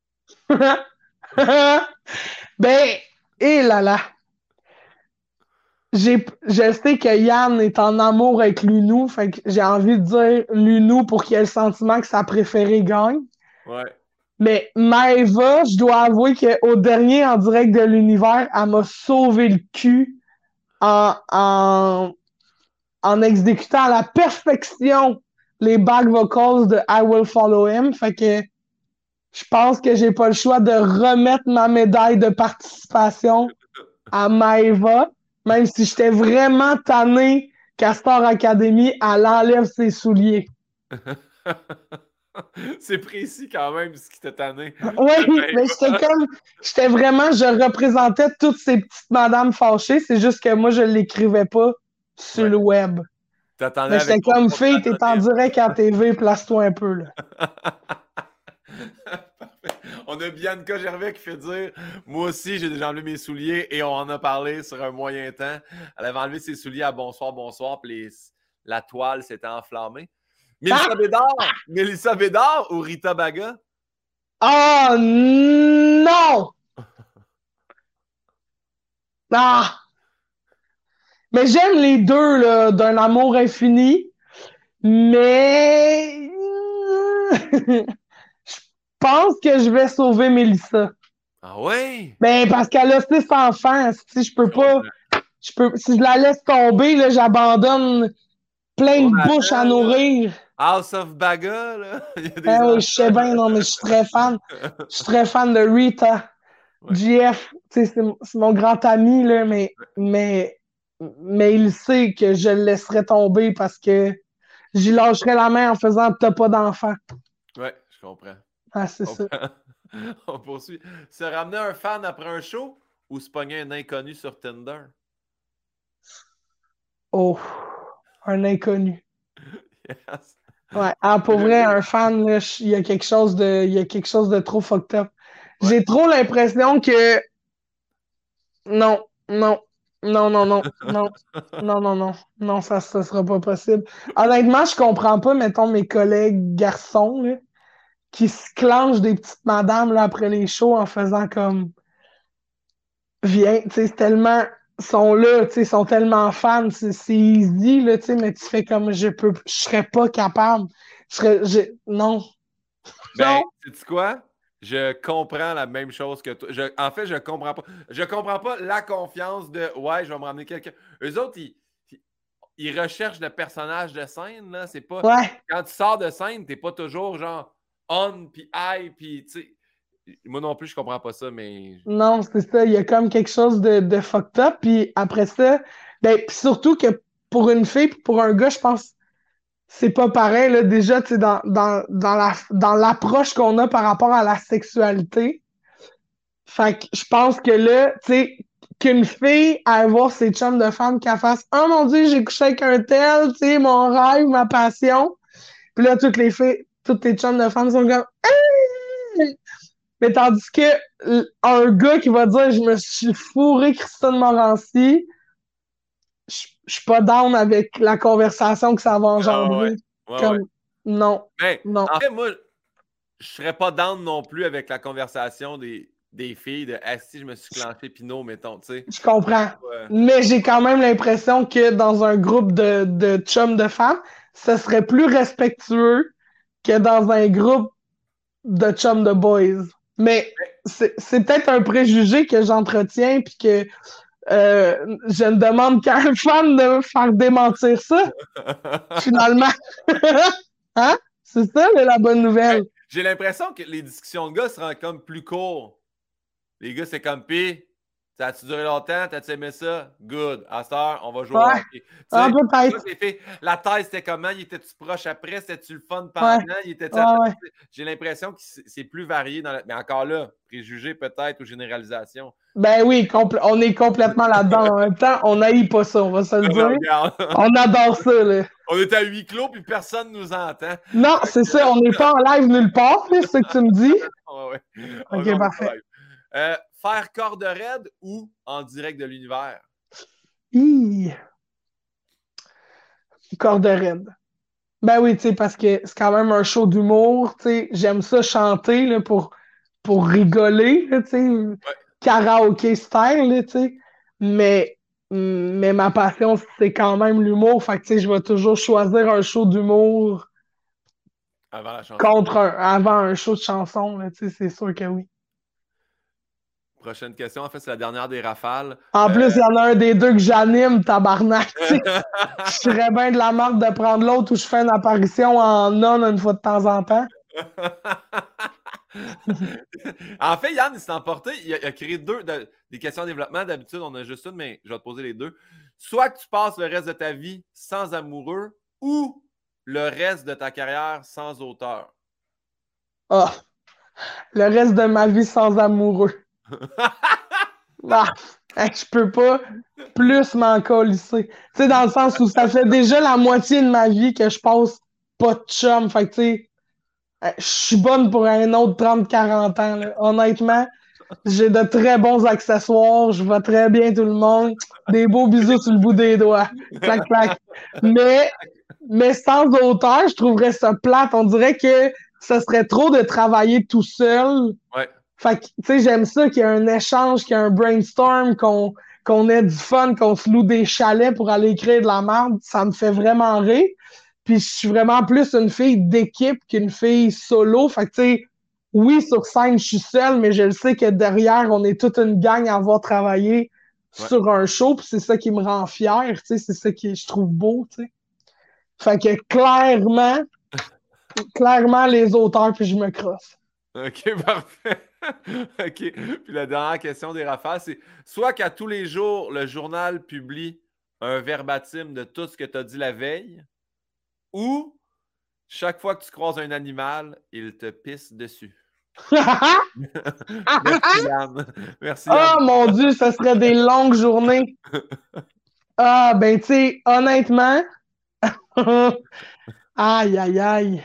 ben, et là là. J'ai, je sais que Yann est en amour avec Lunou, fait que j'ai envie de dire Lunou pour qu'il ait le sentiment que sa préférée gagne. Ouais. Mais Maeva, je dois avouer qu'au dernier en direct de l'univers, elle m'a sauvé le cul en, en, en exécutant à la perfection les back vocals de I Will Follow Him. Fait que je pense que j'ai pas le choix de remettre ma médaille de participation à Maeva, même si j'étais vraiment tanné qu'à Star Academy, elle enlève ses souliers. C'est précis quand même ce qui t'a tanné. Oui, mais j'étais comme, j'étais vraiment, je représentais toutes ces petites madames fâchées, c'est juste que moi, je l'écrivais pas sur Ouais. le web. T'attendais Mais j'étais avec ton comme, compte fille, t'es en anonyme. direct à T V, place-toi un peu, là. Parfait. On a Bianca Gervais qui fait dire moi aussi, j'ai déjà enlevé mes souliers et on en a parlé sur un moyen temps. Elle avait enlevé ses souliers à bonsoir, bonsoir, puis les- la toile s'était enflammée. Mélissa Ah! Bédard! Mélissa Bédard ou Rita Baga? Oh non! Ah! Mais j'aime les deux, là, d'un amour infini. Mais je pense que je vais sauver Mélissa. Ah ouais? Ben, parce qu'elle a six enfants. Si je peux pas. Je peux, si je la laisse tomber, là, j'abandonne plein On de bouches à attend, là. nourrir. House of Baga, là. Il y a des Ah oui, enfants. je sais bien, non, mais je suis très fan. Je suis très fan de Rita. Ouais. J F, tu sais, c'est c'est mon grand ami, là, mais, mais, mais il sait que je le laisserai tomber parce que j'y lâcherai la main en faisant t'as pas d'enfant. Ouais, je comprends. Ah, c'est On ça. prend- On poursuit. Se ramener un fan après un show ou se pogner un inconnu sur Tinder? Oh, un inconnu. Yes. Ouais, ah, pour vrai, un fan, là, je- il y a quelque chose de, il y a quelque chose de trop fucked up. Ouais. J'ai trop l'impression que non, non, non, non, non, non, non, non, non, non, ça, ça sera pas possible. Honnêtement, je comprends pas, mettons, mes collègues garçons, là, qui se clenchent des petites madames, là, après les shows en faisant comme, viens, tu sais, c'est tellement, sont là, tu sais, sont tellement fans, c'est c'est easy, là, tu sais, mais tu fais comme, je peux, je serais pas capable. Je serais, je- non, Ben, non. sais-tu quoi? Je comprends la même chose que toi. Je- en fait, je comprends pas. Je comprends pas la confiance de ouais, je vais me ramener quelqu'un. Eux autres, ils, ils- ils recherchent le personnage de scène, là. C'est pas. Ouais, Quand tu sors de scène, t'es pas toujours genre on puis high, puis tu sais. Moi non plus, je comprends pas ça, mais. non, c'est ça. Il y a comme quelque chose de, de fucked up. Puis après ça, ben, puis surtout que pour une fille puis pour un gars, je pense c'est pas pareil, là. Déjà, tu sais, dans, dans, dans la, dans l'approche qu'on a par rapport à la sexualité. Fait que je pense que là, tu sais, qu'une fille aille voir ses chums de femmes qu'elle fasse « Oh mon Dieu, j'ai couché avec un tel, tu sais, mon rêve, ma passion. » Puis là, toutes les filles, toutes tes chums de femmes sont comme Hey! Mais tandis que l- un gars qui va dire je me suis fourré Christine Morancy, je je suis pas down avec la conversation que ça va Ah ouais. engendrer. Ouais, ouais. Comme non, Ben, non. en fait, moi, je serais pas down non plus avec la conversation des, des filles de ah, si je me suis clenché Pinot, mettons, tu sais. Je comprends. Ouais. Mais j'ai quand même l'impression que dans un groupe de, de chums de femmes, ce serait plus respectueux que dans un groupe de chums de boys. Mais c'est c'est peut-être un préjugé que j'entretiens puis que euh, je ne demande qu'à un fan de me faire démentir ça, finalement. Hein? C'est ça, là, la bonne nouvelle. J'ai l'impression que les discussions de gars seront comme plus courts. Les gars, c'est comme pis. Ça a-tu duré longtemps? T'as-tu aimé ça? Good. À cette heure, on va jouer au Ouais. hockey. Tu Ah, sais, peut-être. ça, c'est fait. La thèse, c'était comment? Il était-tu proche après? C'était-tu le fun pendant? Ouais. Il était Ouais, ouais. J'ai l'impression que c'est c'est plus varié. Dans la... Mais encore là, préjugé peut-être ou généralisation. Ben oui, compl- on est complètement là-dedans. En même temps, on n'haït pas ça, on va se le Non, non, dire. regarde. On adore ça, là. On est à huis clos puis personne nous entend. Non, c'est ça, on n'est pas en live nulle part, là, c'est ce que tu me dis. Ouais, ouais. Ok, On est parfait. pas live. Euh, faire corde raide ou en direct de l'univers? Hi. Corde raide. Ben oui, tu sais, parce que c'est quand même un show d'humour, tu sais. J'aime ça chanter, là, pour, pour rigoler, là, tu sais. Karaoke style, là, tu sais. Mais, mais ma passion, c'est quand même l'humour. Fait que, tu sais, je vais toujours choisir un show d'humour Avant la chanson. contre un, avant un show de chanson, là, tu sais, c'est sûr que oui. Prochaine question, en fait, c'est la dernière des rafales. En Euh, plus, il y en a un des deux que j'anime, tabarnak, tu sais. Je serais bien de la marque de prendre l'autre où je fais une apparition en non une fois de temps en temps. En fait, Yann, il s'est emporté. Il a, il a créé deux de- des questions de développement. D'habitude, on a juste une, mais je vais te poser les deux. Soit que tu passes le reste de ta vie sans amoureux ou le reste de ta carrière sans auteur. Ah, le reste de ma vie sans amoureux. Ah, hey, je peux pas plus m'en colisser. Tu sais, dans le sens où ça fait déjà la moitié de ma vie que je passe pas de chum. Fait que, tu sais, euh, je suis bonne pour un autre trente quarante ans, là. Honnêtement, j'ai de très bons accessoires. Je vois très bien tout le monde. Des beaux bisous sur le bout des doigts. Clac, clac. Mais, mais sans auteur, je trouverais ça plate. On dirait que ça serait trop de travailler tout seul. Ouais. Fait que, tu sais, j'aime ça qu'il y ait un échange, qu'il y ait un brainstorm, qu'on qu'on ait du fun, qu'on se loue des chalets pour aller écrire de la merde, ça me fait vraiment rire. Puis je suis vraiment plus une fille d'équipe qu'une fille solo. Fait que tu sais, oui, sur scène, je suis seule, mais je le sais que derrière, on est toute une gang à avoir travaillé Ouais. sur un show, puis c'est ça qui me rend fière, tu sais, c'est ça que je trouve beau, tu sais. Fait que clairement, clairement les auteurs, puis je me crosse. OK, parfait. OK. Puis la dernière question des rafales, c'est soit qu'à tous les jours, le journal publie un verbatim de tout ce que tu as dit la veille, ou chaque fois que tu croises un animal, il te pisse dessus. Merci, Yann. Merci, Yann. Oh mon Dieu, ça serait des longues journées. Ah, ben tu sais, honnêtement, aïe, aïe, aïe.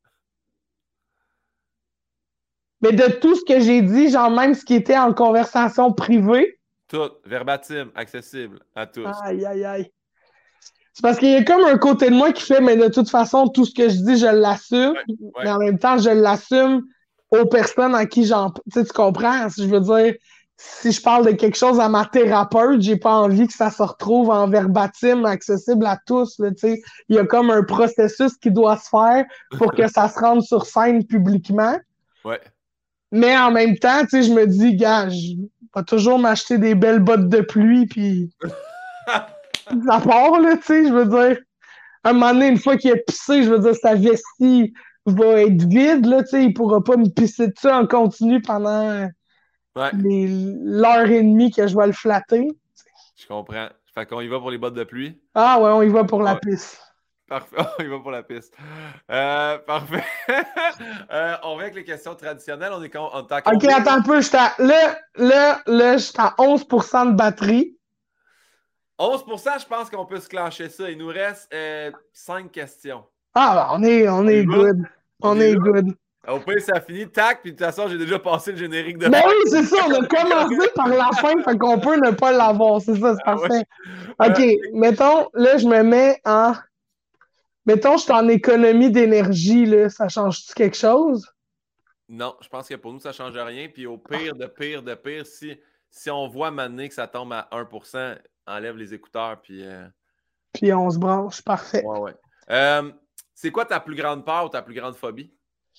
Mais de tout ce que j'ai dit, genre même ce qui était en conversation privée. Tout, verbatim, accessible à tous. Aïe, aïe, aïe. C'est parce qu'il y a comme un côté de moi qui fait, mais de toute façon, tout ce que je dis, je l'assume. Ouais, ouais. Mais en même temps, je l'assume aux personnes à qui j'en... Tu sais, tu comprends? Je veux dire, si je parle de quelque chose à ma thérapeute, j'ai pas envie que ça se retrouve en verbatim, accessible à tous. Là, tu sais. Il y a comme un processus qui doit se faire pour que ça se rende sur scène publiquement. Ouais. Mais en même temps, tu sais, je me dis, gars, je vais toujours m'acheter des belles bottes de pluie, puis ça part, là, tu sais, je veux dire. À un moment donné, une fois qu'il a pissé, je veux dire, sa vestie va être vide, là, tu sais, il pourra pas me pisser dessus en continu pendant Ouais, les- l'heure et demie que je vais le flatter. je comprends. Fait qu'on y va pour les bottes de pluie. Ah ouais, on y va pour la Ouais. pisse. Parfait. On y va pour la piste. Euh, parfait. Euh, on revient avec les questions traditionnelles. On est, con... on est à OK, combien, attends là? un peu, j'étais à... Là, là, là, j'étais à onze pour cent de batterie. onze pour cent, je pense qu'on peut se clencher ça. Il nous reste euh, cinq questions. Ah, ben, on est, on On est y va? good. On On est est là? good. Au pire, ça finit, tac, puis de toute façon, j'ai déjà passé le générique de Ben fin. oui, c'est ça, on a commencé par la fin, fait qu'on peut ne pas l'avoir, c'est ça, c'est Ah ouais. parfait. Euh, OK, mettons, là, je me mets en... Mettons, je suis en économie d'énergie, là, ça change-tu quelque chose? non, je pense que pour nous, ça ne change rien. Puis au pire, de pire, de pire, si, si on voit maintenant que ça tombe à un pour cent, enlève les écouteurs, puis... euh, Puis on se branche, parfait. Ouais, ouais. Euh, c'est quoi ta plus grande peur ou ta plus grande phobie?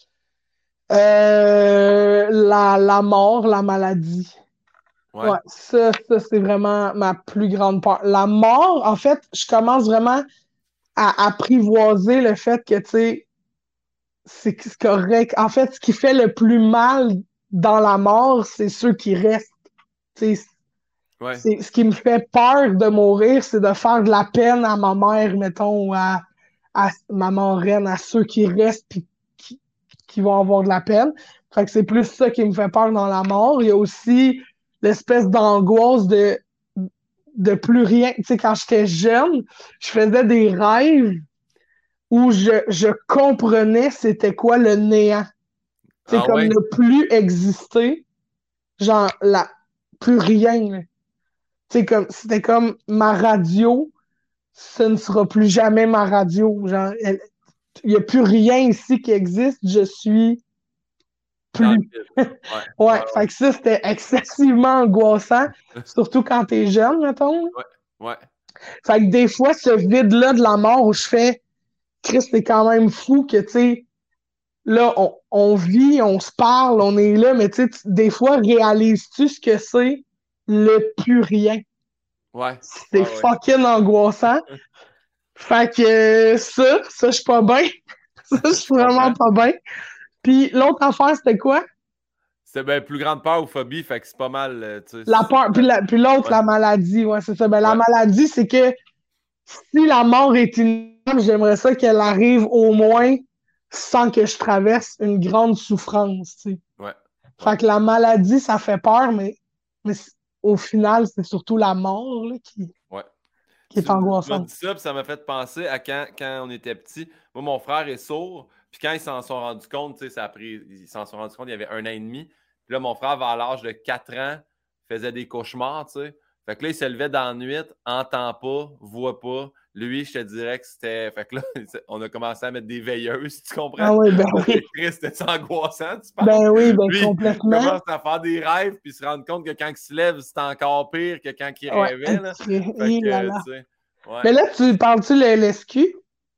Euh, la, la mort, la maladie. Ouais. Ouais, ça, ça c'est vraiment ma plus grande peur. La mort, en fait, je commence vraiment à apprivoiser le fait que, tu sais, c'est c'est correct. En fait, ce qui fait le plus mal dans la mort, c'est ceux qui restent. Tu sais, Ouais. c'est, ce qui me fait peur de mourir, c'est de faire de la peine à ma mère, mettons, ou à, à ma marraine, à ceux qui restent puis qui, qui vont avoir de la peine. Fait que c'est plus ça qui me fait peur dans la mort. Il y a aussi l'espèce d'angoisse de, de plus rien. Tu sais, quand j'étais jeune, je faisais des rêves où je, je comprenais c'était quoi le néant. Tu sais, Ah comme ouais? ne plus exister, genre, la, plus rien, là. Tu sais, comme, c'était comme ma radio, ce ne sera plus jamais ma radio. Genre, il n'y a plus rien ici qui existe, je suis Dans le plus. vide. Ouais. Ouais, Ouais, fait que ça, c'était excessivement angoissant, surtout quand t'es jeune, mettons. ouais. Ouais. Fait que des fois, ce vide-là de la mort où je fais, Chris, c'est quand même fou que, tu sais, là, on, on vit, on se parle, on est là, mais tu sais, des fois, réalises-tu ce que c'est le plus rien? Ouais. C'est Ouais, ouais. fucking angoissant. Fait que euh, ça, ça, je suis pas bien. Ça, je suis vraiment pas bien. Puis l'autre affaire, c'était quoi? C'est ben plus grande peur ou phobie, fait que c'est pas mal. euh, tu sais, La c'est- peur. Puis, la- puis l'autre, Ouais. la maladie. Ouais, c'est ça. Ben, la Ouais. maladie, c'est que si la mort est inévitable, j'aimerais ça qu'elle arrive au moins sans que je traverse une grande souffrance, tu sais. Ouais. Fait que la maladie, ça fait peur, mais, mais c- au final, c'est surtout la mort là, qui, Ouais. qui Tu, est tu m'as angoissante. dit ça, puis ça m'a fait penser à quand, quand on était petit. Moi, mon frère est sourd, puis quand ils s'en sont rendus compte, tu sais, ça a pris, ils s'en sont rendus compte il y avait un an et demi. Puis là, mon frère, vers l'âge de quatre ans, faisait des cauchemars, tu sais. Fait que là, il se levait dans la nuit, entend pas, voit pas. lui, je te dirais que c'était. Fait que là, on a commencé à mettre des veilleuses, tu comprends? Ah oui, ben oui. C'était angoissant, tu penses? Ben oui, ben lui, complètement. Il commence à faire des rêves, puis se rendre compte que quand il se lève, c'est encore pire que quand il Ouais, rêvait. Là. fait que, là, là. tu sais, ouais. Mais là, tu parles-tu le L S Q?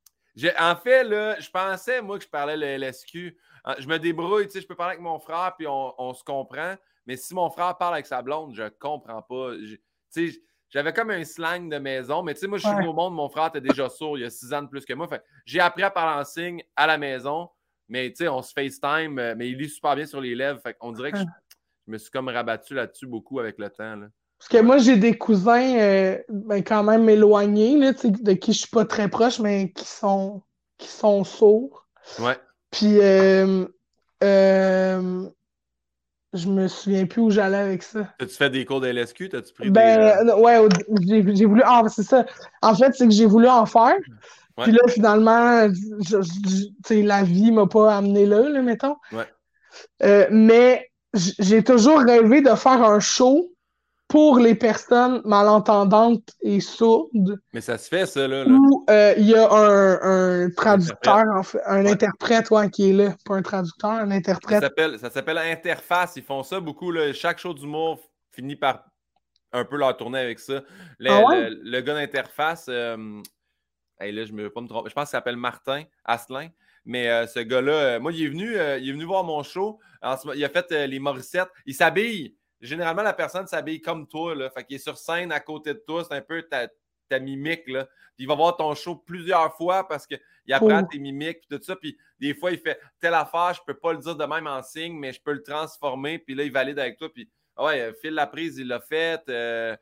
En fait, là, je pensais, moi, que je parlais le L S Q. Je me débrouille, tu sais, je peux parler avec mon frère, puis on, on se comprend. Mais si mon frère parle avec sa blonde, je comprends pas. Tu sais, j'avais comme un slang de maison, mais tu sais, moi, je suis Ouais. venu au monde, mon frère était déjà sourd, il y a six ans de plus que moi. Fait j'ai appris à parler en signe à la maison, mais tu sais, on se FaceTime, mais il lit super bien sur les lèvres. Fait qu'on dirait que je, je me suis comme rabattu là-dessus beaucoup avec le temps, là. Parce que ouais. moi, j'ai des cousins euh, ben, quand même éloignés, là, de qui je suis pas très proche, mais qui sont, qui sont sourds. Ouais. Puis, euh, euh, je me souviens plus où j'allais avec ça. As-tu fait des cours de L S Q? T'as-tu pris ben, des... Euh, ouais, j'ai, j'ai voulu... Ah, c'est ça. En fait, c'est que j'ai voulu en faire. Ouais. Puis là, finalement, je, je, je, la vie m'a pas amené là, là mettons. Ouais. Euh, mais j'ai toujours rêvé de faire un show pour les personnes malentendantes et sourdes. Mais ça se fait, ça, là. là. Où il euh, y a un, un traducteur, en fait, un ouais. interprète ouais, qui est là. Pas un traducteur, un interprète. Ça s'appelle Interface. Ils font ça beaucoup. Là. Chaque show d'humour finit par un peu leur tourner avec ça. Le, ah ouais? le, le gars d'Interface, euh, hey, là, je ne veux pas me tromper. Je pense qu'il s'appelle Martin Asselin. Mais euh, ce gars-là, euh, moi, il est venu, euh, il est venu voir mon show. En ce, il a fait euh, les Morissettes. Il s'habille. Généralement, la personne s'habille comme toi. Là. Fait qu'il est sur scène à côté de toi. C'est un peu ta, ta mimique. Là. Puis il va voir ton show plusieurs fois parce qu'il apprend oh. tes mimiques et tout ça. Puis des fois, il fait telle affaire, je ne peux pas le dire de même en signe, mais je peux le transformer. Puis là, il valide avec toi. Puis ouais, Phil Laprise, il l'a fait. Euh,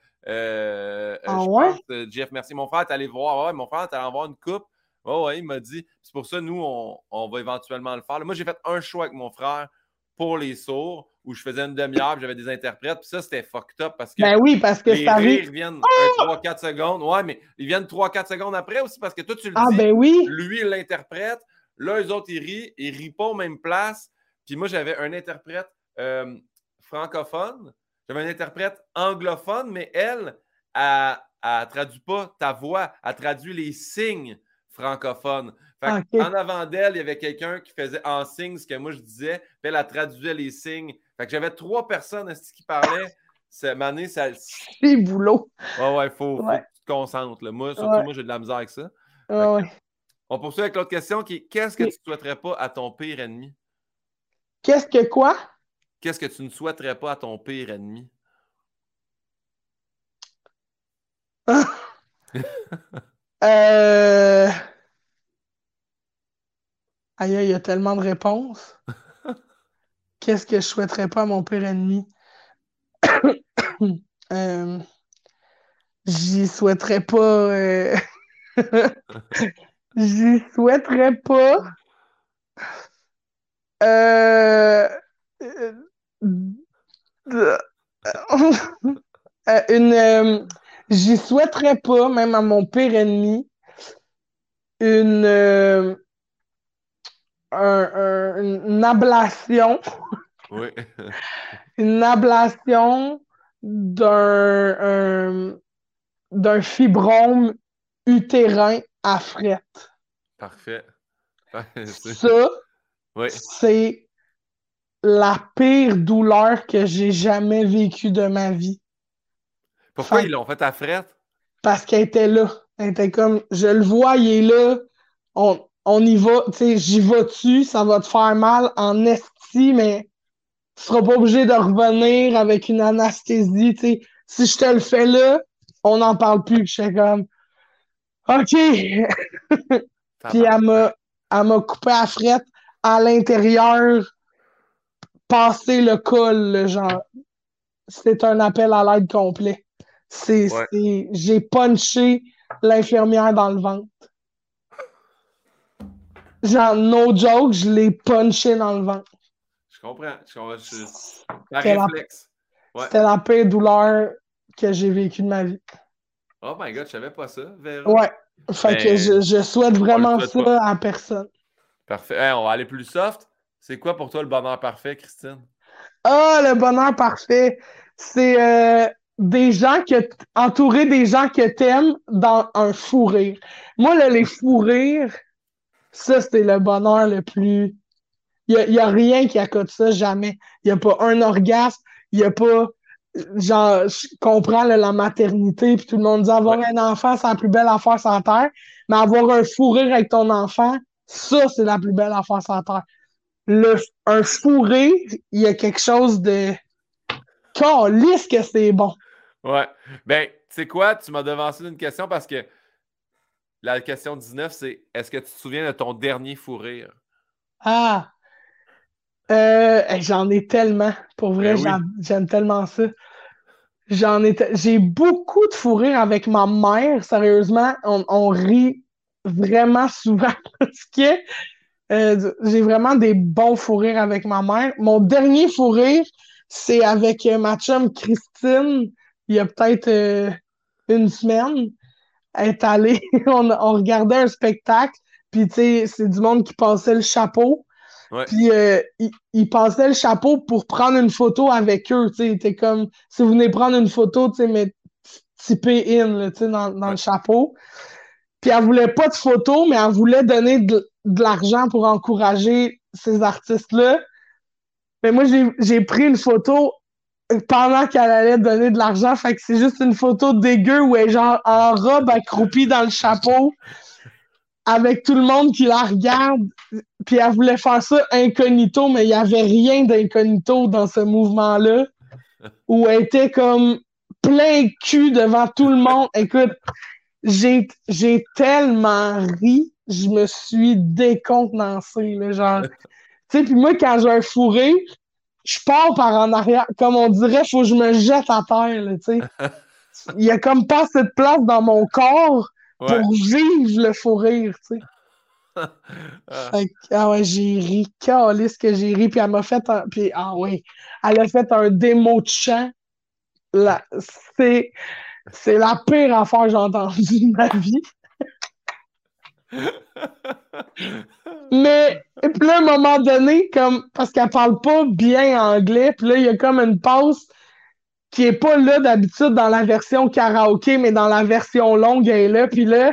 euh, ah je ouais? pense, euh, Jeff, merci. Mon frère est allé voir. Ouais, mon frère est allé en voir une coupe. Oh, ouais, il m'a dit. C'est pour ça, nous, on, on va éventuellement le faire. Là, moi, j'ai fait un show avec mon frère pour les sourds où je faisais une demi-heure et j'avais des interprètes. Puis ça, c'était fucked up parce que, ben oui, parce que les ça rires rit... viennent oh! trois quatre secondes. Ouais, mais ils viennent trois quatre secondes après aussi parce que toi, tu le ah, dis. Ben oui. Lui, il l'interprète. Là, eux autres, ils rient. Ils rient pas aux mêmes places. Puis moi, j'avais un interprète euh, francophone. J'avais un interprète anglophone, mais elle, elle ne traduit pas ta voix. Elle traduit les signes francophones. Fait ah, okay. En avant d'elle, il y avait quelqu'un qui faisait en signes ce que moi je disais, puis elle, elle traduisait les signes. Fait que j'avais trois personnes qui parlaient. Cette année, ça. C'est boulot. Ouais, ouais, il faut, ouais. faut que tu te concentres. Là. Moi, surtout, ouais. moi, j'ai de la misère avec ça. Ouais, ouais. Que, on poursuit avec l'autre question qui est qu'est-ce que tu ne souhaiterais pas à ton pire ennemi? Qu'est-ce que quoi? Qu'est-ce que tu ne souhaiterais pas à ton pire ennemi? euh... Aïe, il y a tellement de réponses. Qu'est-ce que je souhaiterais pas à mon pire ennemi? euh... J'y souhaiterais pas... Euh... J'y souhaiterais pas... Euh... une... Euh... J'y souhaiterais pas, même à mon pire ennemi, une... Euh... Un, un, une ablation. Oui. Une ablation d'un un, d'un fibrome utérin à frette. Parfait. Ça, oui. c'est la pire douleur que j'ai jamais vécue de ma vie. Pourquoi fait, ils l'ont fait à frette? Parce qu'elle était là. Elle était comme, je le vois, il est là. On, on y va, tu sais, j'y vas-tu, ça va te faire mal en esti, mais tu seras pas obligé de revenir avec une anesthésie, tu sais. Si je te le fais là, on n'en parle plus. Je suis comme, OK. Puis elle m'a, elle m'a coupé à frette à l'intérieur, passé le col, genre. C'est un appel à l'aide complet. C'est, ouais. c'est, j'ai punché l'infirmière dans le ventre. Genre, no joke, je l'ai punché dans le ventre. Je comprends. Je comprends. Je... Par réflexe. La... Ouais. C'était la pire douleur que j'ai vécue de ma vie. Oh my God, je savais pas ça, Véra. Ouais. Fait Mais... que je, je souhaite vraiment souhaite ça pas. à personne. Parfait. Hey, on va aller plus soft. C'est quoi pour toi le bonheur parfait, Christine? Ah, le bonheur parfait. C'est... Euh... des gens que entourer des gens que t'aimes dans un fou rire. Moi, là, les fous rires, ça, c'est le bonheur le plus. Il n'y a, y a rien qui accote ça, jamais. Il n'y a pas un orgasme, il n'y a pas. Genre, je comprends là, la maternité, puis tout le monde dit avoir Ouais. un enfant, c'est la plus belle affaire sur la terre. Mais avoir un fou rire avec ton enfant, ça, c'est la plus belle affaire sur la terre. Le, un fou rire, il y a quelque chose de. Calisse que c'est bon. Ouais. Ben, tu sais quoi? Tu m'as devancé d'une question parce que la question dix-neuf, c'est est-ce que tu te souviens de ton dernier fou rire? Ah! Euh, hey, j'en ai tellement. Pour vrai, Ben j'en- oui. j'aime tellement ça. J'en ai, te- j'ai beaucoup de fou rire avec ma mère, sérieusement. On, on rit vraiment souvent parce que euh, j'ai vraiment des bons fou rires avec ma mère. Mon dernier fou rire, c'est avec euh, ma chum Christine, il y a peut-être euh, une semaine. Elle est allée, on, on regardait un spectacle, puis tu sais, c'est du monde qui passait le chapeau. Ouais. Puis euh, il, il passait le chapeau pour prendre une photo avec eux. Tu sais, il était comme si vous venez prendre une photo, tu sais, mais typé in là, tu sais, dans, dans Ouais. le chapeau. Puis elle voulait pas de photo, mais elle voulait donner de, de l'argent pour encourager ces artistes-là. Mais moi, j'ai, j'ai pris une photo pendant qu'elle allait donner de l'argent. Fait que c'est juste une photo dégueu où elle est genre en robe accroupie dans le chapeau avec tout le monde qui la regarde. Puis elle voulait faire ça incognito, mais il n'y avait rien d'incognito dans ce mouvement-là, où elle était comme plein cul devant tout le monde. Écoute, j'ai, j'ai tellement ri, je me suis décontenancée, là, genre. Tu sais, puis moi, quand j'ai un fou rire, je pars par en arrière. Comme on dirait, faut que je me jette à terre, là, tu sais. Il y a comme pas assez de place dans mon corps Ouais. pour vivre le fou rire, tu sais. Ah. Fait que, ah ouais, j'ai ri, calisse que j'ai ri, puis elle m'a fait un, puis ah ouais, elle a fait un démo de chant, là, c'est, c'est la pire affaire que j'ai entendue de ma vie. Mais, puis là, à un moment donné, comme, parce qu'elle parle pas bien anglais, puis là, il y a comme une pause qui est pas là d'habitude dans la version karaoké, mais dans la version longue, elle est là, puis là,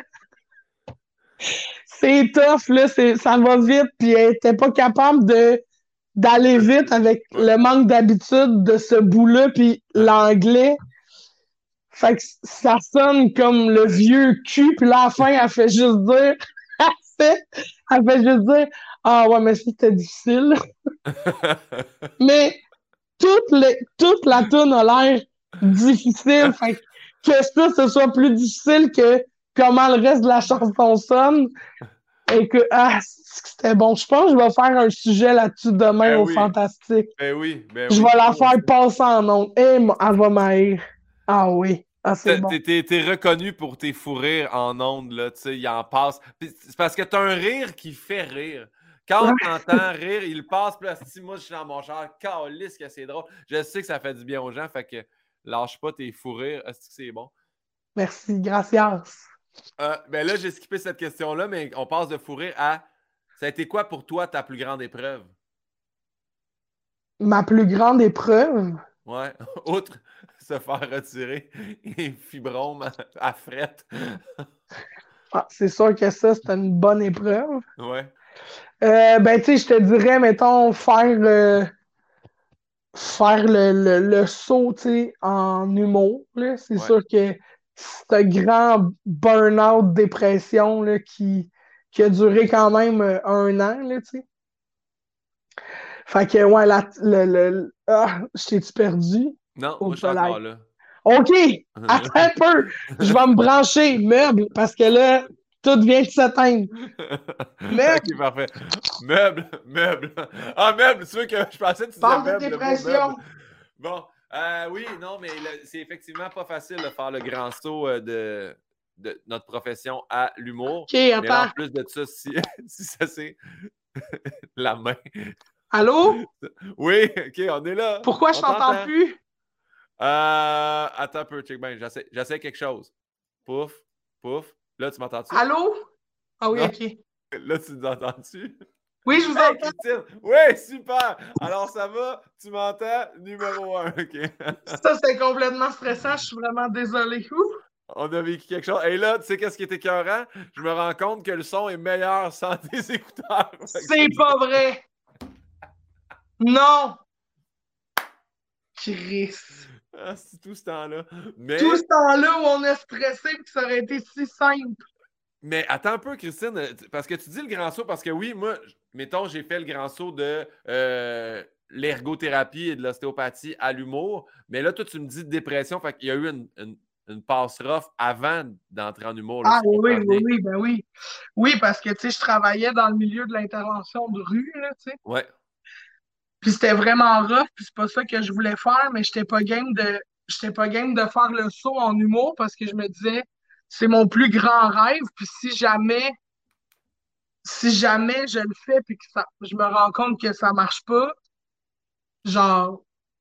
c'est tough, là, c'est, ça va vite, puis elle était pas capable de d'aller vite avec Ouais. le manque d'habitude de ce bout-là, puis l'anglais. Fait que ça sonne comme le vieux cul, puis là, à la fin, elle fait juste dire, elle fait, elle fait juste dire, ah ouais, mais c'était difficile. Mais toute, les, toute la toune a l'air difficile, fait que, que ça, ce soit plus difficile que comment le reste de la chanson sonne. Et que, ah, c'était bon. Je pense que je vais faire un sujet là-dessus demain Ben au oui. Fantastique. Ben oui. Ben Je oui. vais la Oh, faire passer en ondes. Et elle va m'haïr. Ah oui. Ah, c'est T'es, bon. t'es- t'es- t'es reconnu pour tes fous rires en ondes, là, tu sais, il en passe. Puis c'est parce que t'as un rire qui fait rire. Quand Ouais. on t'entend rire, il passe, puis là, si moi je suis dans mon char, calisse que c'est drôle. Je sais que ça fait du bien aux gens, fait que lâche pas tes fous rires, est-ce que c'est bon? Merci, gracias. Euh, ben là, j'ai skippé cette question-là, mais on passe de fou rire à ça a été quoi pour toi ta plus grande épreuve? Ma plus grande épreuve, Ouais, outre se faire retirer les fibromes à, à frette. ah, c'est sûr que ça, c'était une bonne épreuve. Ouais, Euh, ben, tu sais, je te dirais, mettons, faire, euh, faire le, le, le saut, tu sais, en humour, là. C'est ouais. sûr que ce grand burn-out, dépression, là, qui, qui a duré quand même euh, un an, là, tu sais. Fait que, ouais, la, le, le, ah, je t'ai-tu perdu? Non, Au moi je suis soleil. encore là. OK! Attends un peu! Je vais me brancher, meuble, parce que là, tout vient de s'éteindre. Meuble! Ok, parfait. Meuble, meuble. Ah, meuble, c'est sûr que je pensais que tu disais Parle de meuble, le mot meuble. dépression! Bon, euh, oui, non, mais le- c'est effectivement pas facile de faire le grand saut euh, de, de notre profession à l'humour. OK, Mais là, en attends. plus de ça, si, si ça c'est la main. Allô? Oui, ok, on est là. Pourquoi je On t'entends t'entend. plus? Euh, attends un peu, check bien. J'essaie, j'essaie quelque chose. Pouf, pouf. Là, tu m'entends-tu? Allô? Ah oui, Non? OK. Là, tu nous entends-tu? Oui, je vous Hey, entends. Christine! Oui, super! Alors, ça va? Tu m'entends? Numéro un, OK. Ça, c'était complètement stressant. Je suis vraiment désolée. Ouh. On a vécu quelque chose. Et là, tu sais qu'est-ce qui est écœurant? Je me rends compte que le son est meilleur sans tes écouteurs. C'est pas vrai! Non! Chris. Ah, c'est tout ce temps-là. Mais... Tout ce temps-là où on a stressé et que ça aurait été si simple. Mais attends un peu, Christine, parce que tu dis le grand saut, parce que oui, moi, mettons, j'ai fait le grand saut de euh, l'ergothérapie et de l'ostéopathie à l'humour, mais là, toi, tu me dis de dépression, fait qu'il y a eu une, une, une passe rough avant d'entrer en humour. Là, Ah si je oui, comprends oui, bien. oui, ben oui. Oui, parce que, tu sais, je travaillais dans le milieu de l'intervention de rue, là, tu sais. Ouais, Puis c'était vraiment rough, puis c'est pas ça que je voulais faire, mais j'étais pas game de j'étais pas game de faire le saut en humour parce que je me disais c'est mon plus grand rêve, puis si jamais si jamais je le fais puis que ça, je me rends compte que ça marche pas, genre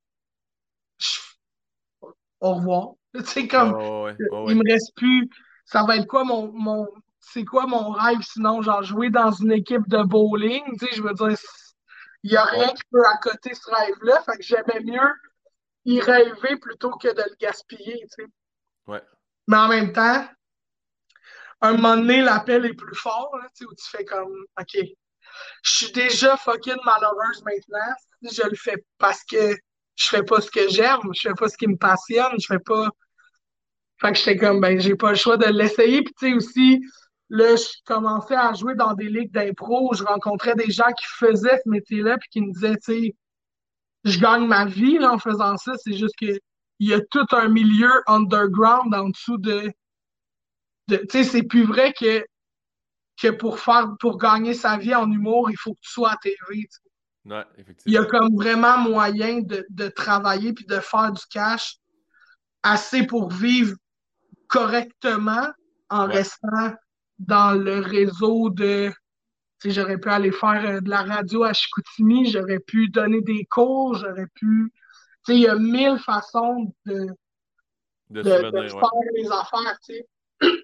je- au revoir. Tu sais ouais, comme ouais, ouais, ouais, il ouais. me reste plus ça va être quoi mon mon c'est quoi mon rêve sinon genre jouer dans une équipe de bowling, tu sais je veux dire il y a Ouais, rien qui peut accoter ce rêve-là, fait que j'aimais mieux y rêver plutôt que de le gaspiller, tu sais. ouais, Mais en même temps, un moment donné, l'appel est plus fort, là, tu sais, où tu fais comme, OK, je suis déjà fucking malheureuse maintenant. Si je le fais parce que je fais pas ce que j'aime, je fais pas ce qui me passionne, je fais pas. Fait que j'étais comme, ben, j'ai pas le choix de l'essayer. Puis, tu sais, aussi, là, je commençais à jouer dans des ligues d'impro où je rencontrais des gens qui faisaient ce métier-là, puis qui me disaient, tu sais, je gagne ma vie là, en faisant ça. C'est juste que il y a tout un milieu underground en dessous de. de tu sais, c'est plus vrai que, que pour faire pour gagner sa vie en humour, il faut que tu sois à T V. Tu sais. ouais, Il y a effectivement. comme vraiment moyen de, de travailler puis de faire du cash assez pour vivre correctement en Ouais, restant dans le réseau de. Tu sais, j'aurais pu aller faire euh, de la radio à Chicoutimi, j'aurais pu donner des cours, j'aurais pu. Tu sais, il y a mille façons de, de de, de souvenir, ouais. faire les affaires, tu sais.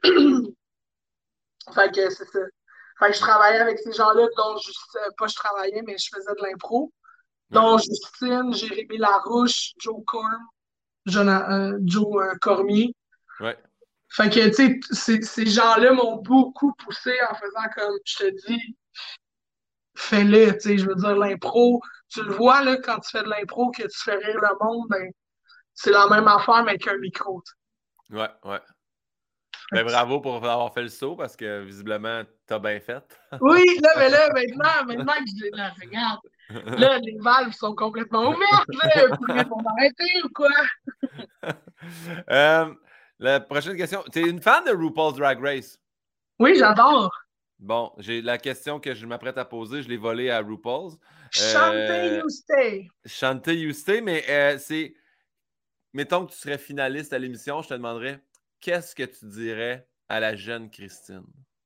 Fait que c'est ça. Fait que je travaillais avec ces gens-là, dont juste, euh, pas je travaillais, mais je faisais de l'impro. Ouais, Dont Justine, Jérémy Larouche, Joe Corm, Jona- euh, Joe euh, Cormier. ouais, Fait que, tu sais, ces, ces gens-là m'ont beaucoup poussé en faisant comme je te dis, fais-le, tu sais, je veux dire, l'impro, tu le vois, là, quand tu fais de l'impro, que tu fais rire le monde, ben, c'est la même affaire, mais avec un micro, tu ouais, ouais. sais. Ben bravo pour avoir fait le saut parce que visiblement, t'as bien fait. Oui, là, mais là, maintenant, maintenant que je les là, regarde, là, les valves sont complètement ouvertes, là, faudrait qu'on arrête ou quoi? Euh, la prochaine question. Tu es une fan de RuPaul's Drag Race? Oui, j'adore. Bon, j'ai la question que je m'apprête à poser, je l'ai volée à RuPaul's. Chantez, Euh, you stay. Chanter You Stay, mais euh, c'est. Mettons que tu serais finaliste à l'émission, je te demanderais qu'est-ce que tu dirais à la jeune Christine?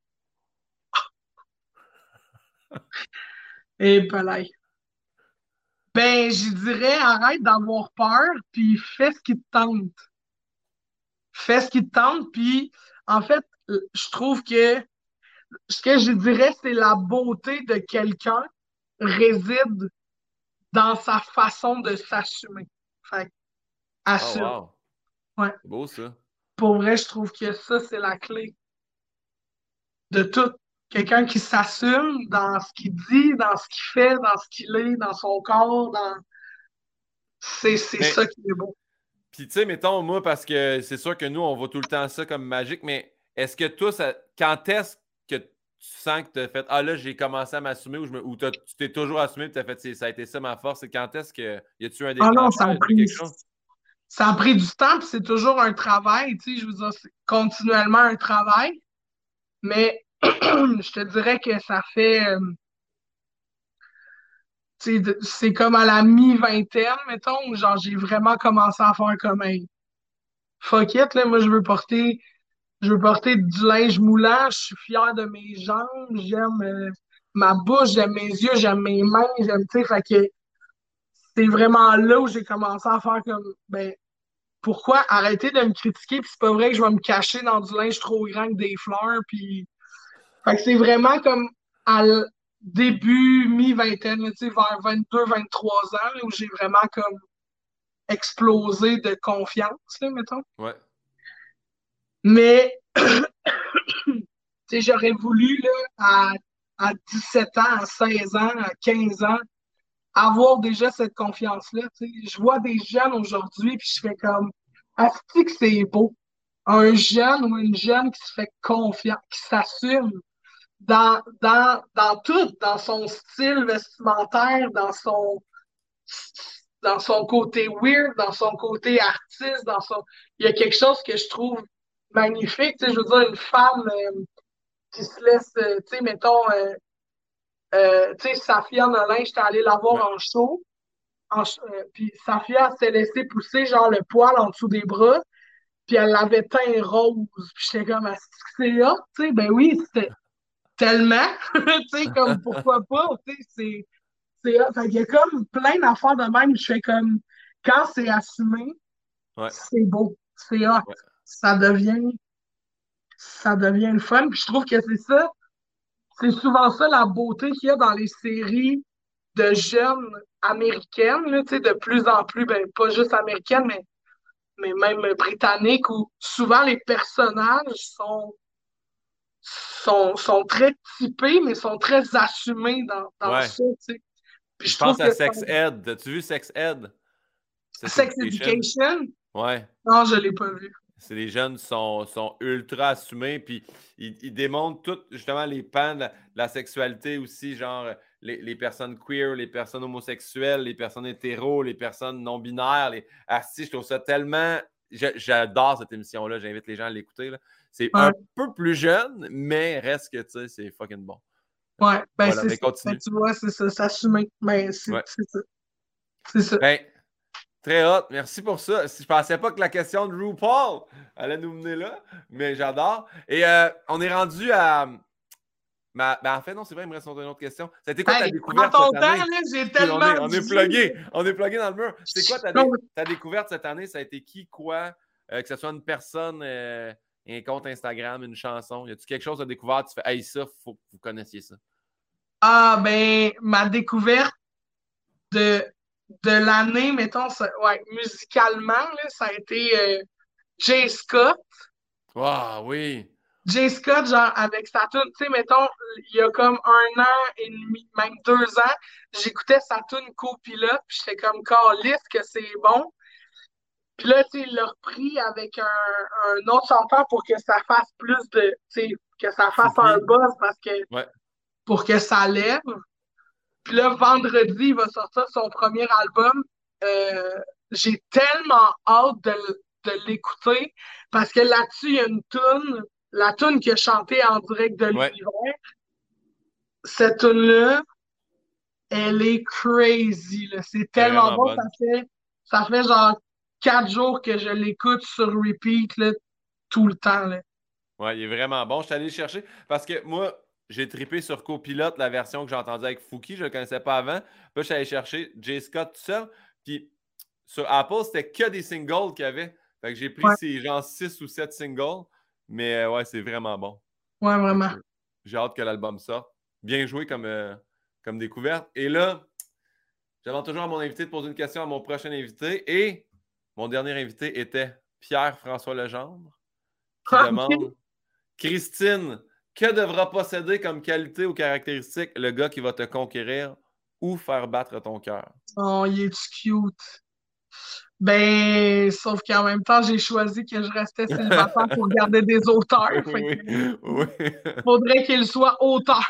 Et palais. Ben, je dirais, arrête d'avoir peur, puis fais ce qui te tente. Fais ce qui te tente, puis en fait, je trouve que ce que je dirais, c'est la beauté de quelqu'un réside dans sa façon de s'assumer. Fait que, Oh, assume. wow. Ouais. C'est beau, ça. Pour vrai, je trouve que ça, c'est la clé de tout. Quelqu'un qui s'assume dans ce qu'il dit, dans ce qu'il fait, dans ce qu'il est, dans son corps, dans. C'est c'est Mais, ça qui est beau. puis, tu sais, mettons, moi, parce que c'est sûr que nous, on voit tout le temps ça comme magique, mais est-ce que toi, ça, quand est-ce que tu sens que tu as fait Ah là, j'ai commencé à m'assumer ou, je me, ou tu t'es toujours assumé et tu as fait ça a été ça ma force? Et quand est-ce que. Y a-tu un Ah non, déclencheur? ça a Y a-tu pris, quelque chose? ça a pris du temps, puis c'est toujours un travail, tu sais, je veux dire, c'est continuellement un travail, mais je te dirais que ça fait, euh, tu sais, de- c'est comme à la mi-vingtaine, mettons, où genre j'ai vraiment commencé à faire comme un fuck it, là, moi je veux porter, je veux porter du linge moulant, je suis fier de mes jambes, j'aime euh, ma bouche, j'aime mes yeux, j'aime mes mains, j'aime, tu sais, fait que c'est vraiment là où j'ai commencé à faire comme, ben, pourquoi arrêter de me critiquer, puis c'est pas vrai que je vais me cacher dans du linge trop grand que des fleurs, puis... Fait que c'est vraiment comme à l- début, mi-vingtaine, là, tu sais, vers vingt-deux, vingt-trois ans, là, où j'ai vraiment comme explosé de confiance, là, mettons. Ouais. Mais, tu sais, j'aurais voulu, là, à, à dix-sept ans, à seize ans, à quinze ans, avoir déjà cette confiance-là. Tu sais. Je vois des jeunes aujourd'hui, puis je fais comme, est-ce que c'est beau? Un jeune ou une jeune qui se fait confiance, qui s'assume dans, dans, dans tout, dans son style vestimentaire, dans son, dans son côté weird, dans son côté artiste, dans son. Il y a quelque chose que je trouve magnifique. Tu sais, je veux dire, une femme euh, qui se laisse, euh, tu sais, mettons, euh, euh, tu sais, Safia Nolin, j'étais allée la voir Ouais. en show. En, euh, puis Safia s'est laissé pousser genre le poil en dessous des bras, puis elle l'avait teint rose. Puis j'étais comme, est-ce que c'est hot? Tu sais, ben oui, c'était tellement, tu sais, comme pourquoi pas, tu sais, c'est, c'est hot. Fait qu'il y a comme plein d'affaires de même. Je fais comme, quand c'est assumé, Ouais. c'est beau, c'est hot. Ouais. Ça devient, ça devient le fun. Puis je trouve que c'est ça, c'est souvent ça la beauté qu'il y a dans les séries de jeunes américaines, là, tu sais, de plus en plus, ben, pas juste américaines, mais, mais même britanniques, où souvent les personnages sont, sont, sont très typés, mais sont très assumés dans, dans Ouais. ça, tu sais. Puis Je je trouve pense à que Sex ça... Ed. As-tu vu Sex Ed? Sex Sex Education? Education? Ouais. Non, je l'ai pas vu. C'est les jeunes qui sont, sont ultra assumés, puis ils, ils démontrent tout, justement, les pans de la, de la sexualité aussi, genre les, les personnes queer, les personnes homosexuelles, les personnes hétéros, les personnes non-binaires. Les... Ah, si, je trouve ça tellement... Je- J'adore cette émission-là, j'invite les gens à l'écouter. Là. C'est Ouais, un peu plus jeune, mais reste que, tu sais, c'est fucking bon. ouais, ben Voilà, c'est mais ça. Ben, continue. tu vois, c'est ça, s'assumer. Ben c'est Ouais. c'est ça. C'est ça. Ben, très hot, merci pour ça. Je pensais pas que la question de RuPaul allait nous mener là, mais j'adore. Et euh, on est rendu à... Ma... Ben, en fait, non, c'est vrai, il me reste une autre question. C'était quoi ta Hey, prends découverte ton cette temps, année? là, j'ai Excuse, on est, tellement on est dit. plugué. On est plugué dans le mur. C'est quoi ta, dé- Non, ta découverte cette année? Ça a été qui, quoi? Euh, que ce soit une personne, euh, un compte Instagram, une chanson. Y a-tu quelque chose de découvert? Tu fais, hey, ça, faut que vous connaissiez ça. Ah, ben, ma découverte de, de l'année, mettons, ça- ouais, musicalement, là, ça a été euh, Jay Scott. Ah, oui. Jay Scott, genre, avec sa tune, tu sais, mettons, il y a comme un an et demi, même deux ans, j'écoutais sa tune Copilote, puis j'étais comme, calisse que c'est bon. Puis là, tu sais, il l'a repris avec un, un autre chanteur pour que ça fasse plus de, tu sais, que ça fasse un Fouki. buzz, parce que, Ouais. pour que ça lève. Puis là, vendredi, il va sortir son premier album. Euh, j'ai tellement hâte de, de l'écouter parce que là-dessus, il y a une tune, la tune qu'il a chantée en direct de Ouais. l'univers. Cette tune-là, elle est crazy, là. C'est Elle est tellement vraiment bon, ça bonne. fait, ça fait genre quatre jours que je l'écoute sur repeat, là, tout le temps, là. Ouais, il est vraiment bon. Je suis allé le chercher parce que moi, j'ai trippé sur Copilote, la version que j'ai entendue avec Fouki. Je ne le connaissais pas avant. Puis là, je suis allé chercher Jay Scott tout seul. Puis sur Apple, c'était que des singles qu'il y avait. Fait que j'ai pris Ouais, ces genre six ou sept singles. Mais euh, ouais, c'est vraiment bon. ouais, Fait vraiment. que j'ai hâte que l'album sorte. Bien joué comme, euh, comme découverte. Et là, j'avais toujours à mon invité de poser une question à mon prochain invité. Et mon dernier invité était Pierre-François Legendre qui demande Christine, que devra posséder comme qualité ou caractéristique le gars qui va te conquérir ou faire battre ton cœur? Oh, il est cute. Ben, sauf qu'en même temps, j'ai choisi que je restais célibataire pour garder des auteurs. Fait que Oui, oui. faudrait qu'il soit auteur.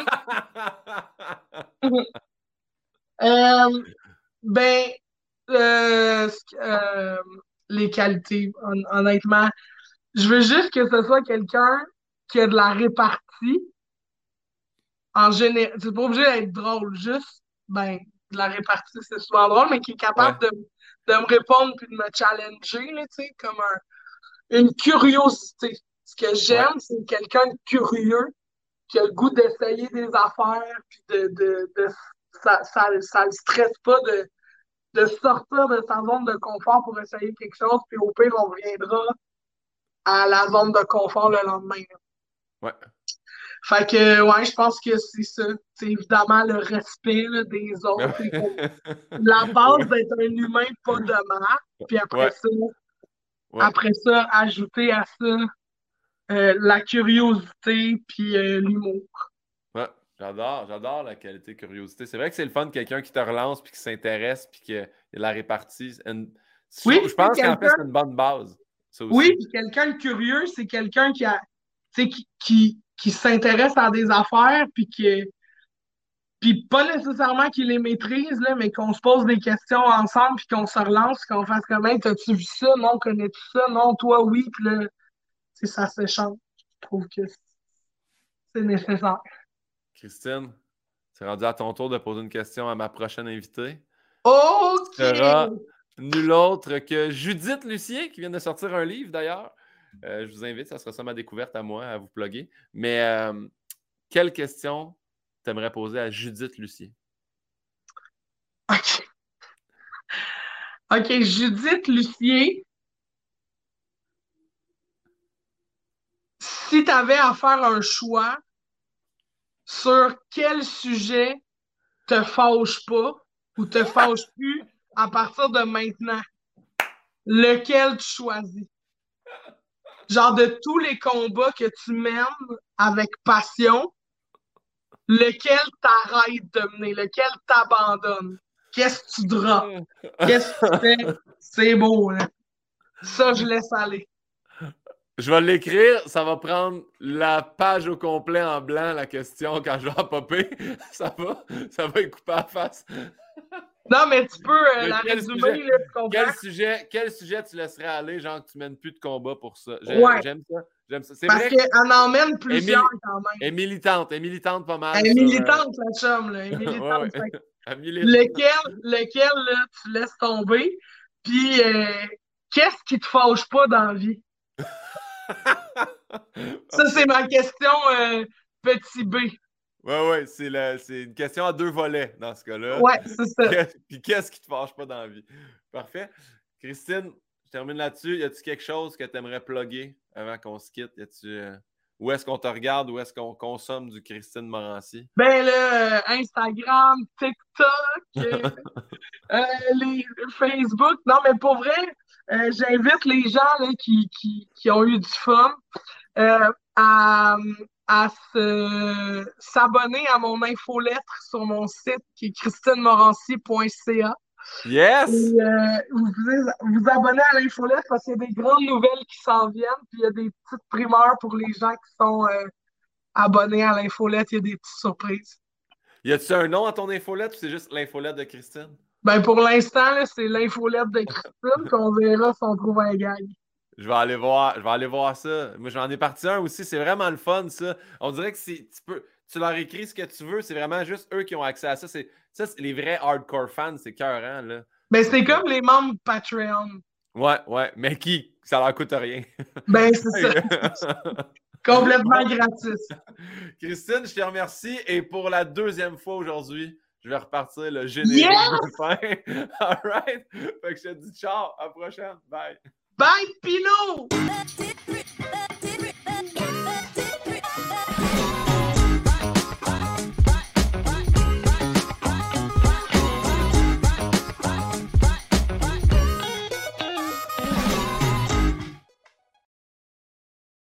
Euh, ben, euh, euh, les qualités, hon- honnêtement, je veux juste que ce soit quelqu'un qui a de la répartie. En général, c'est pas obligé d'être drôle, juste, ben, de la répartie, c'est souvent drôle, mais qui est Ouais, capable de, de me répondre puis de me challenger, là, tu sais, comme un, une curiosité. Ce que ouais, j'aime, c'est quelqu'un de curieux qui a le goût d'essayer des affaires, puis de, de, de ça, ça, ça le stresse pas de, de sortir de sa zone de confort pour essayer quelque chose, puis au pire, on reviendra à la zone de confort le lendemain. ouais. Fait que, ouais, je pense que c'est ça. C'est évidemment le respect là, des autres. C'est comme la base Ouais. d'être un humain, pas de marque. Puis après Ouais. ça, Ouais. après ça, ajouter à ça euh, la curiosité puis euh, l'humour. Ouais. J'adore, j'adore la qualité de curiosité. C'est vrai que c'est le fun de quelqu'un qui te relance, puis qui s'intéresse, puis qu'il y a la répartie. Une... Oui, je, je pense c'est qu'en fait, quelqu'un. c'est une bonne base. Ça aussi. Oui, puis quelqu'un de curieux, c'est quelqu'un qui a, tu sais, qui, qui, qui s'intéresse à des affaires, puis qui, puis pas nécessairement qu'il les maîtrise, là, mais qu'on se pose des questions ensemble, puis qu'on se relance, qu'on fasse comme, hey, t'as-tu vu ça? Non, connais-tu ça? Non, toi, oui, puis là, tu sais, ça s'échange. Je trouve que c'est nécessaire. Christine, c'est rendu à ton tour de poser une question à ma prochaine invitée. OK! Ce sera nul autre que Judith Lucien, qui vient de sortir un livre d'ailleurs. Euh, je vous invite, ça sera ça ma découverte à moi, à vous plugger. Mais euh, quelle question t'aimerais poser à Judith Lucien? OK. OK, Judith Lucien, si tu avais à faire un choix sur quel sujet te fâche pas ou te fâche plus à partir de maintenant, lequel tu choisis? Genre de tous les combats que tu mènes avec passion, lequel t'arrêtes de mener, lequel t'abandonnes? Qu'est-ce que tu drops? Qu'est-ce que tu fais? C'est beau, hein? Ça, je laisse aller. Je vais l'écrire, ça va prendre la page au complet en blanc, la question, quand je vais en popper. Ça va, ça va y couper à la face. Non, mais tu peux euh, Mais la quel résumer, sujet? là, tu comprends? Quel sujet, quel sujet tu laisserais aller, genre que tu mènes plus de combat pour ça? J'ai- Ouais. J'aime ça. J'aime ça. C'est Parce vrai qu'elle en mène plusieurs Émilie- quand même. Elle est militante, elle est militante pas mal. Elle est sur, euh, militante, la chum, là. Elle est militante. ouais, ouais. Fait que Elle milite. lequel, lequel là, tu laisses tomber? Puis, euh, qu'est-ce qui te fâche pas dans la vie? Ça, c'est ma question euh, petit B. Ouais, ouais, c'est la- c'est une question à deux volets dans ce cas-là. Ouais, c'est ça. Qu'est- Puis qu'est-ce qui te fâche pas dans la vie? Parfait. Christine, je termine là-dessus. Y a-tu quelque chose que tu aimerais plugger avant qu'on se quitte? Y a-tu, euh, où est-ce qu'on te regarde? Où est-ce qu'on consomme du Christine Morancy? Ben là, euh, Instagram, TikTok, euh, euh, les Facebook. Non, mais pour vrai, euh, j'invite les gens là, qui, qui, qui ont eu du fun euh, à, à se, s'abonner à mon infolettre sur mon site qui est christine morancy point c a. Yes! Et euh, vous vous vous abonnez à l'infolettre parce qu'il y a des grandes nouvelles qui s'en viennent, puis il y a des petites primeurs pour les gens qui sont euh, abonnés à l'infolettre, il y a des petites surprises. Y a-tu un nom à ton infolette ou c'est juste l'infolette de Christine? Ben pour l'instant, là, c'est l'infolettre de Christine, puis on verra si on trouve un gag. Je vais aller voir, je vais aller voir ça. Moi, j'en ai parti un aussi. C'est vraiment le fun, ça. On dirait que c'est, tu peux, tu leur écris ce que tu veux. C'est vraiment juste eux qui ont accès à ça. C'est, ça, c'est les vrais hardcore fans. C'est cœurant, là. Ben c'est comme les membres Patreon. Ouais, ouais. Mais qui? Ça leur coûte rien. Ben c'est ça. Complètement gratis. Christine, je te remercie. Et pour la deuxième fois aujourd'hui, je vais repartir le générique Yes! de fin. All right? Fait que je te dis ciao. À la prochaine. Bye. Bye, Pinot!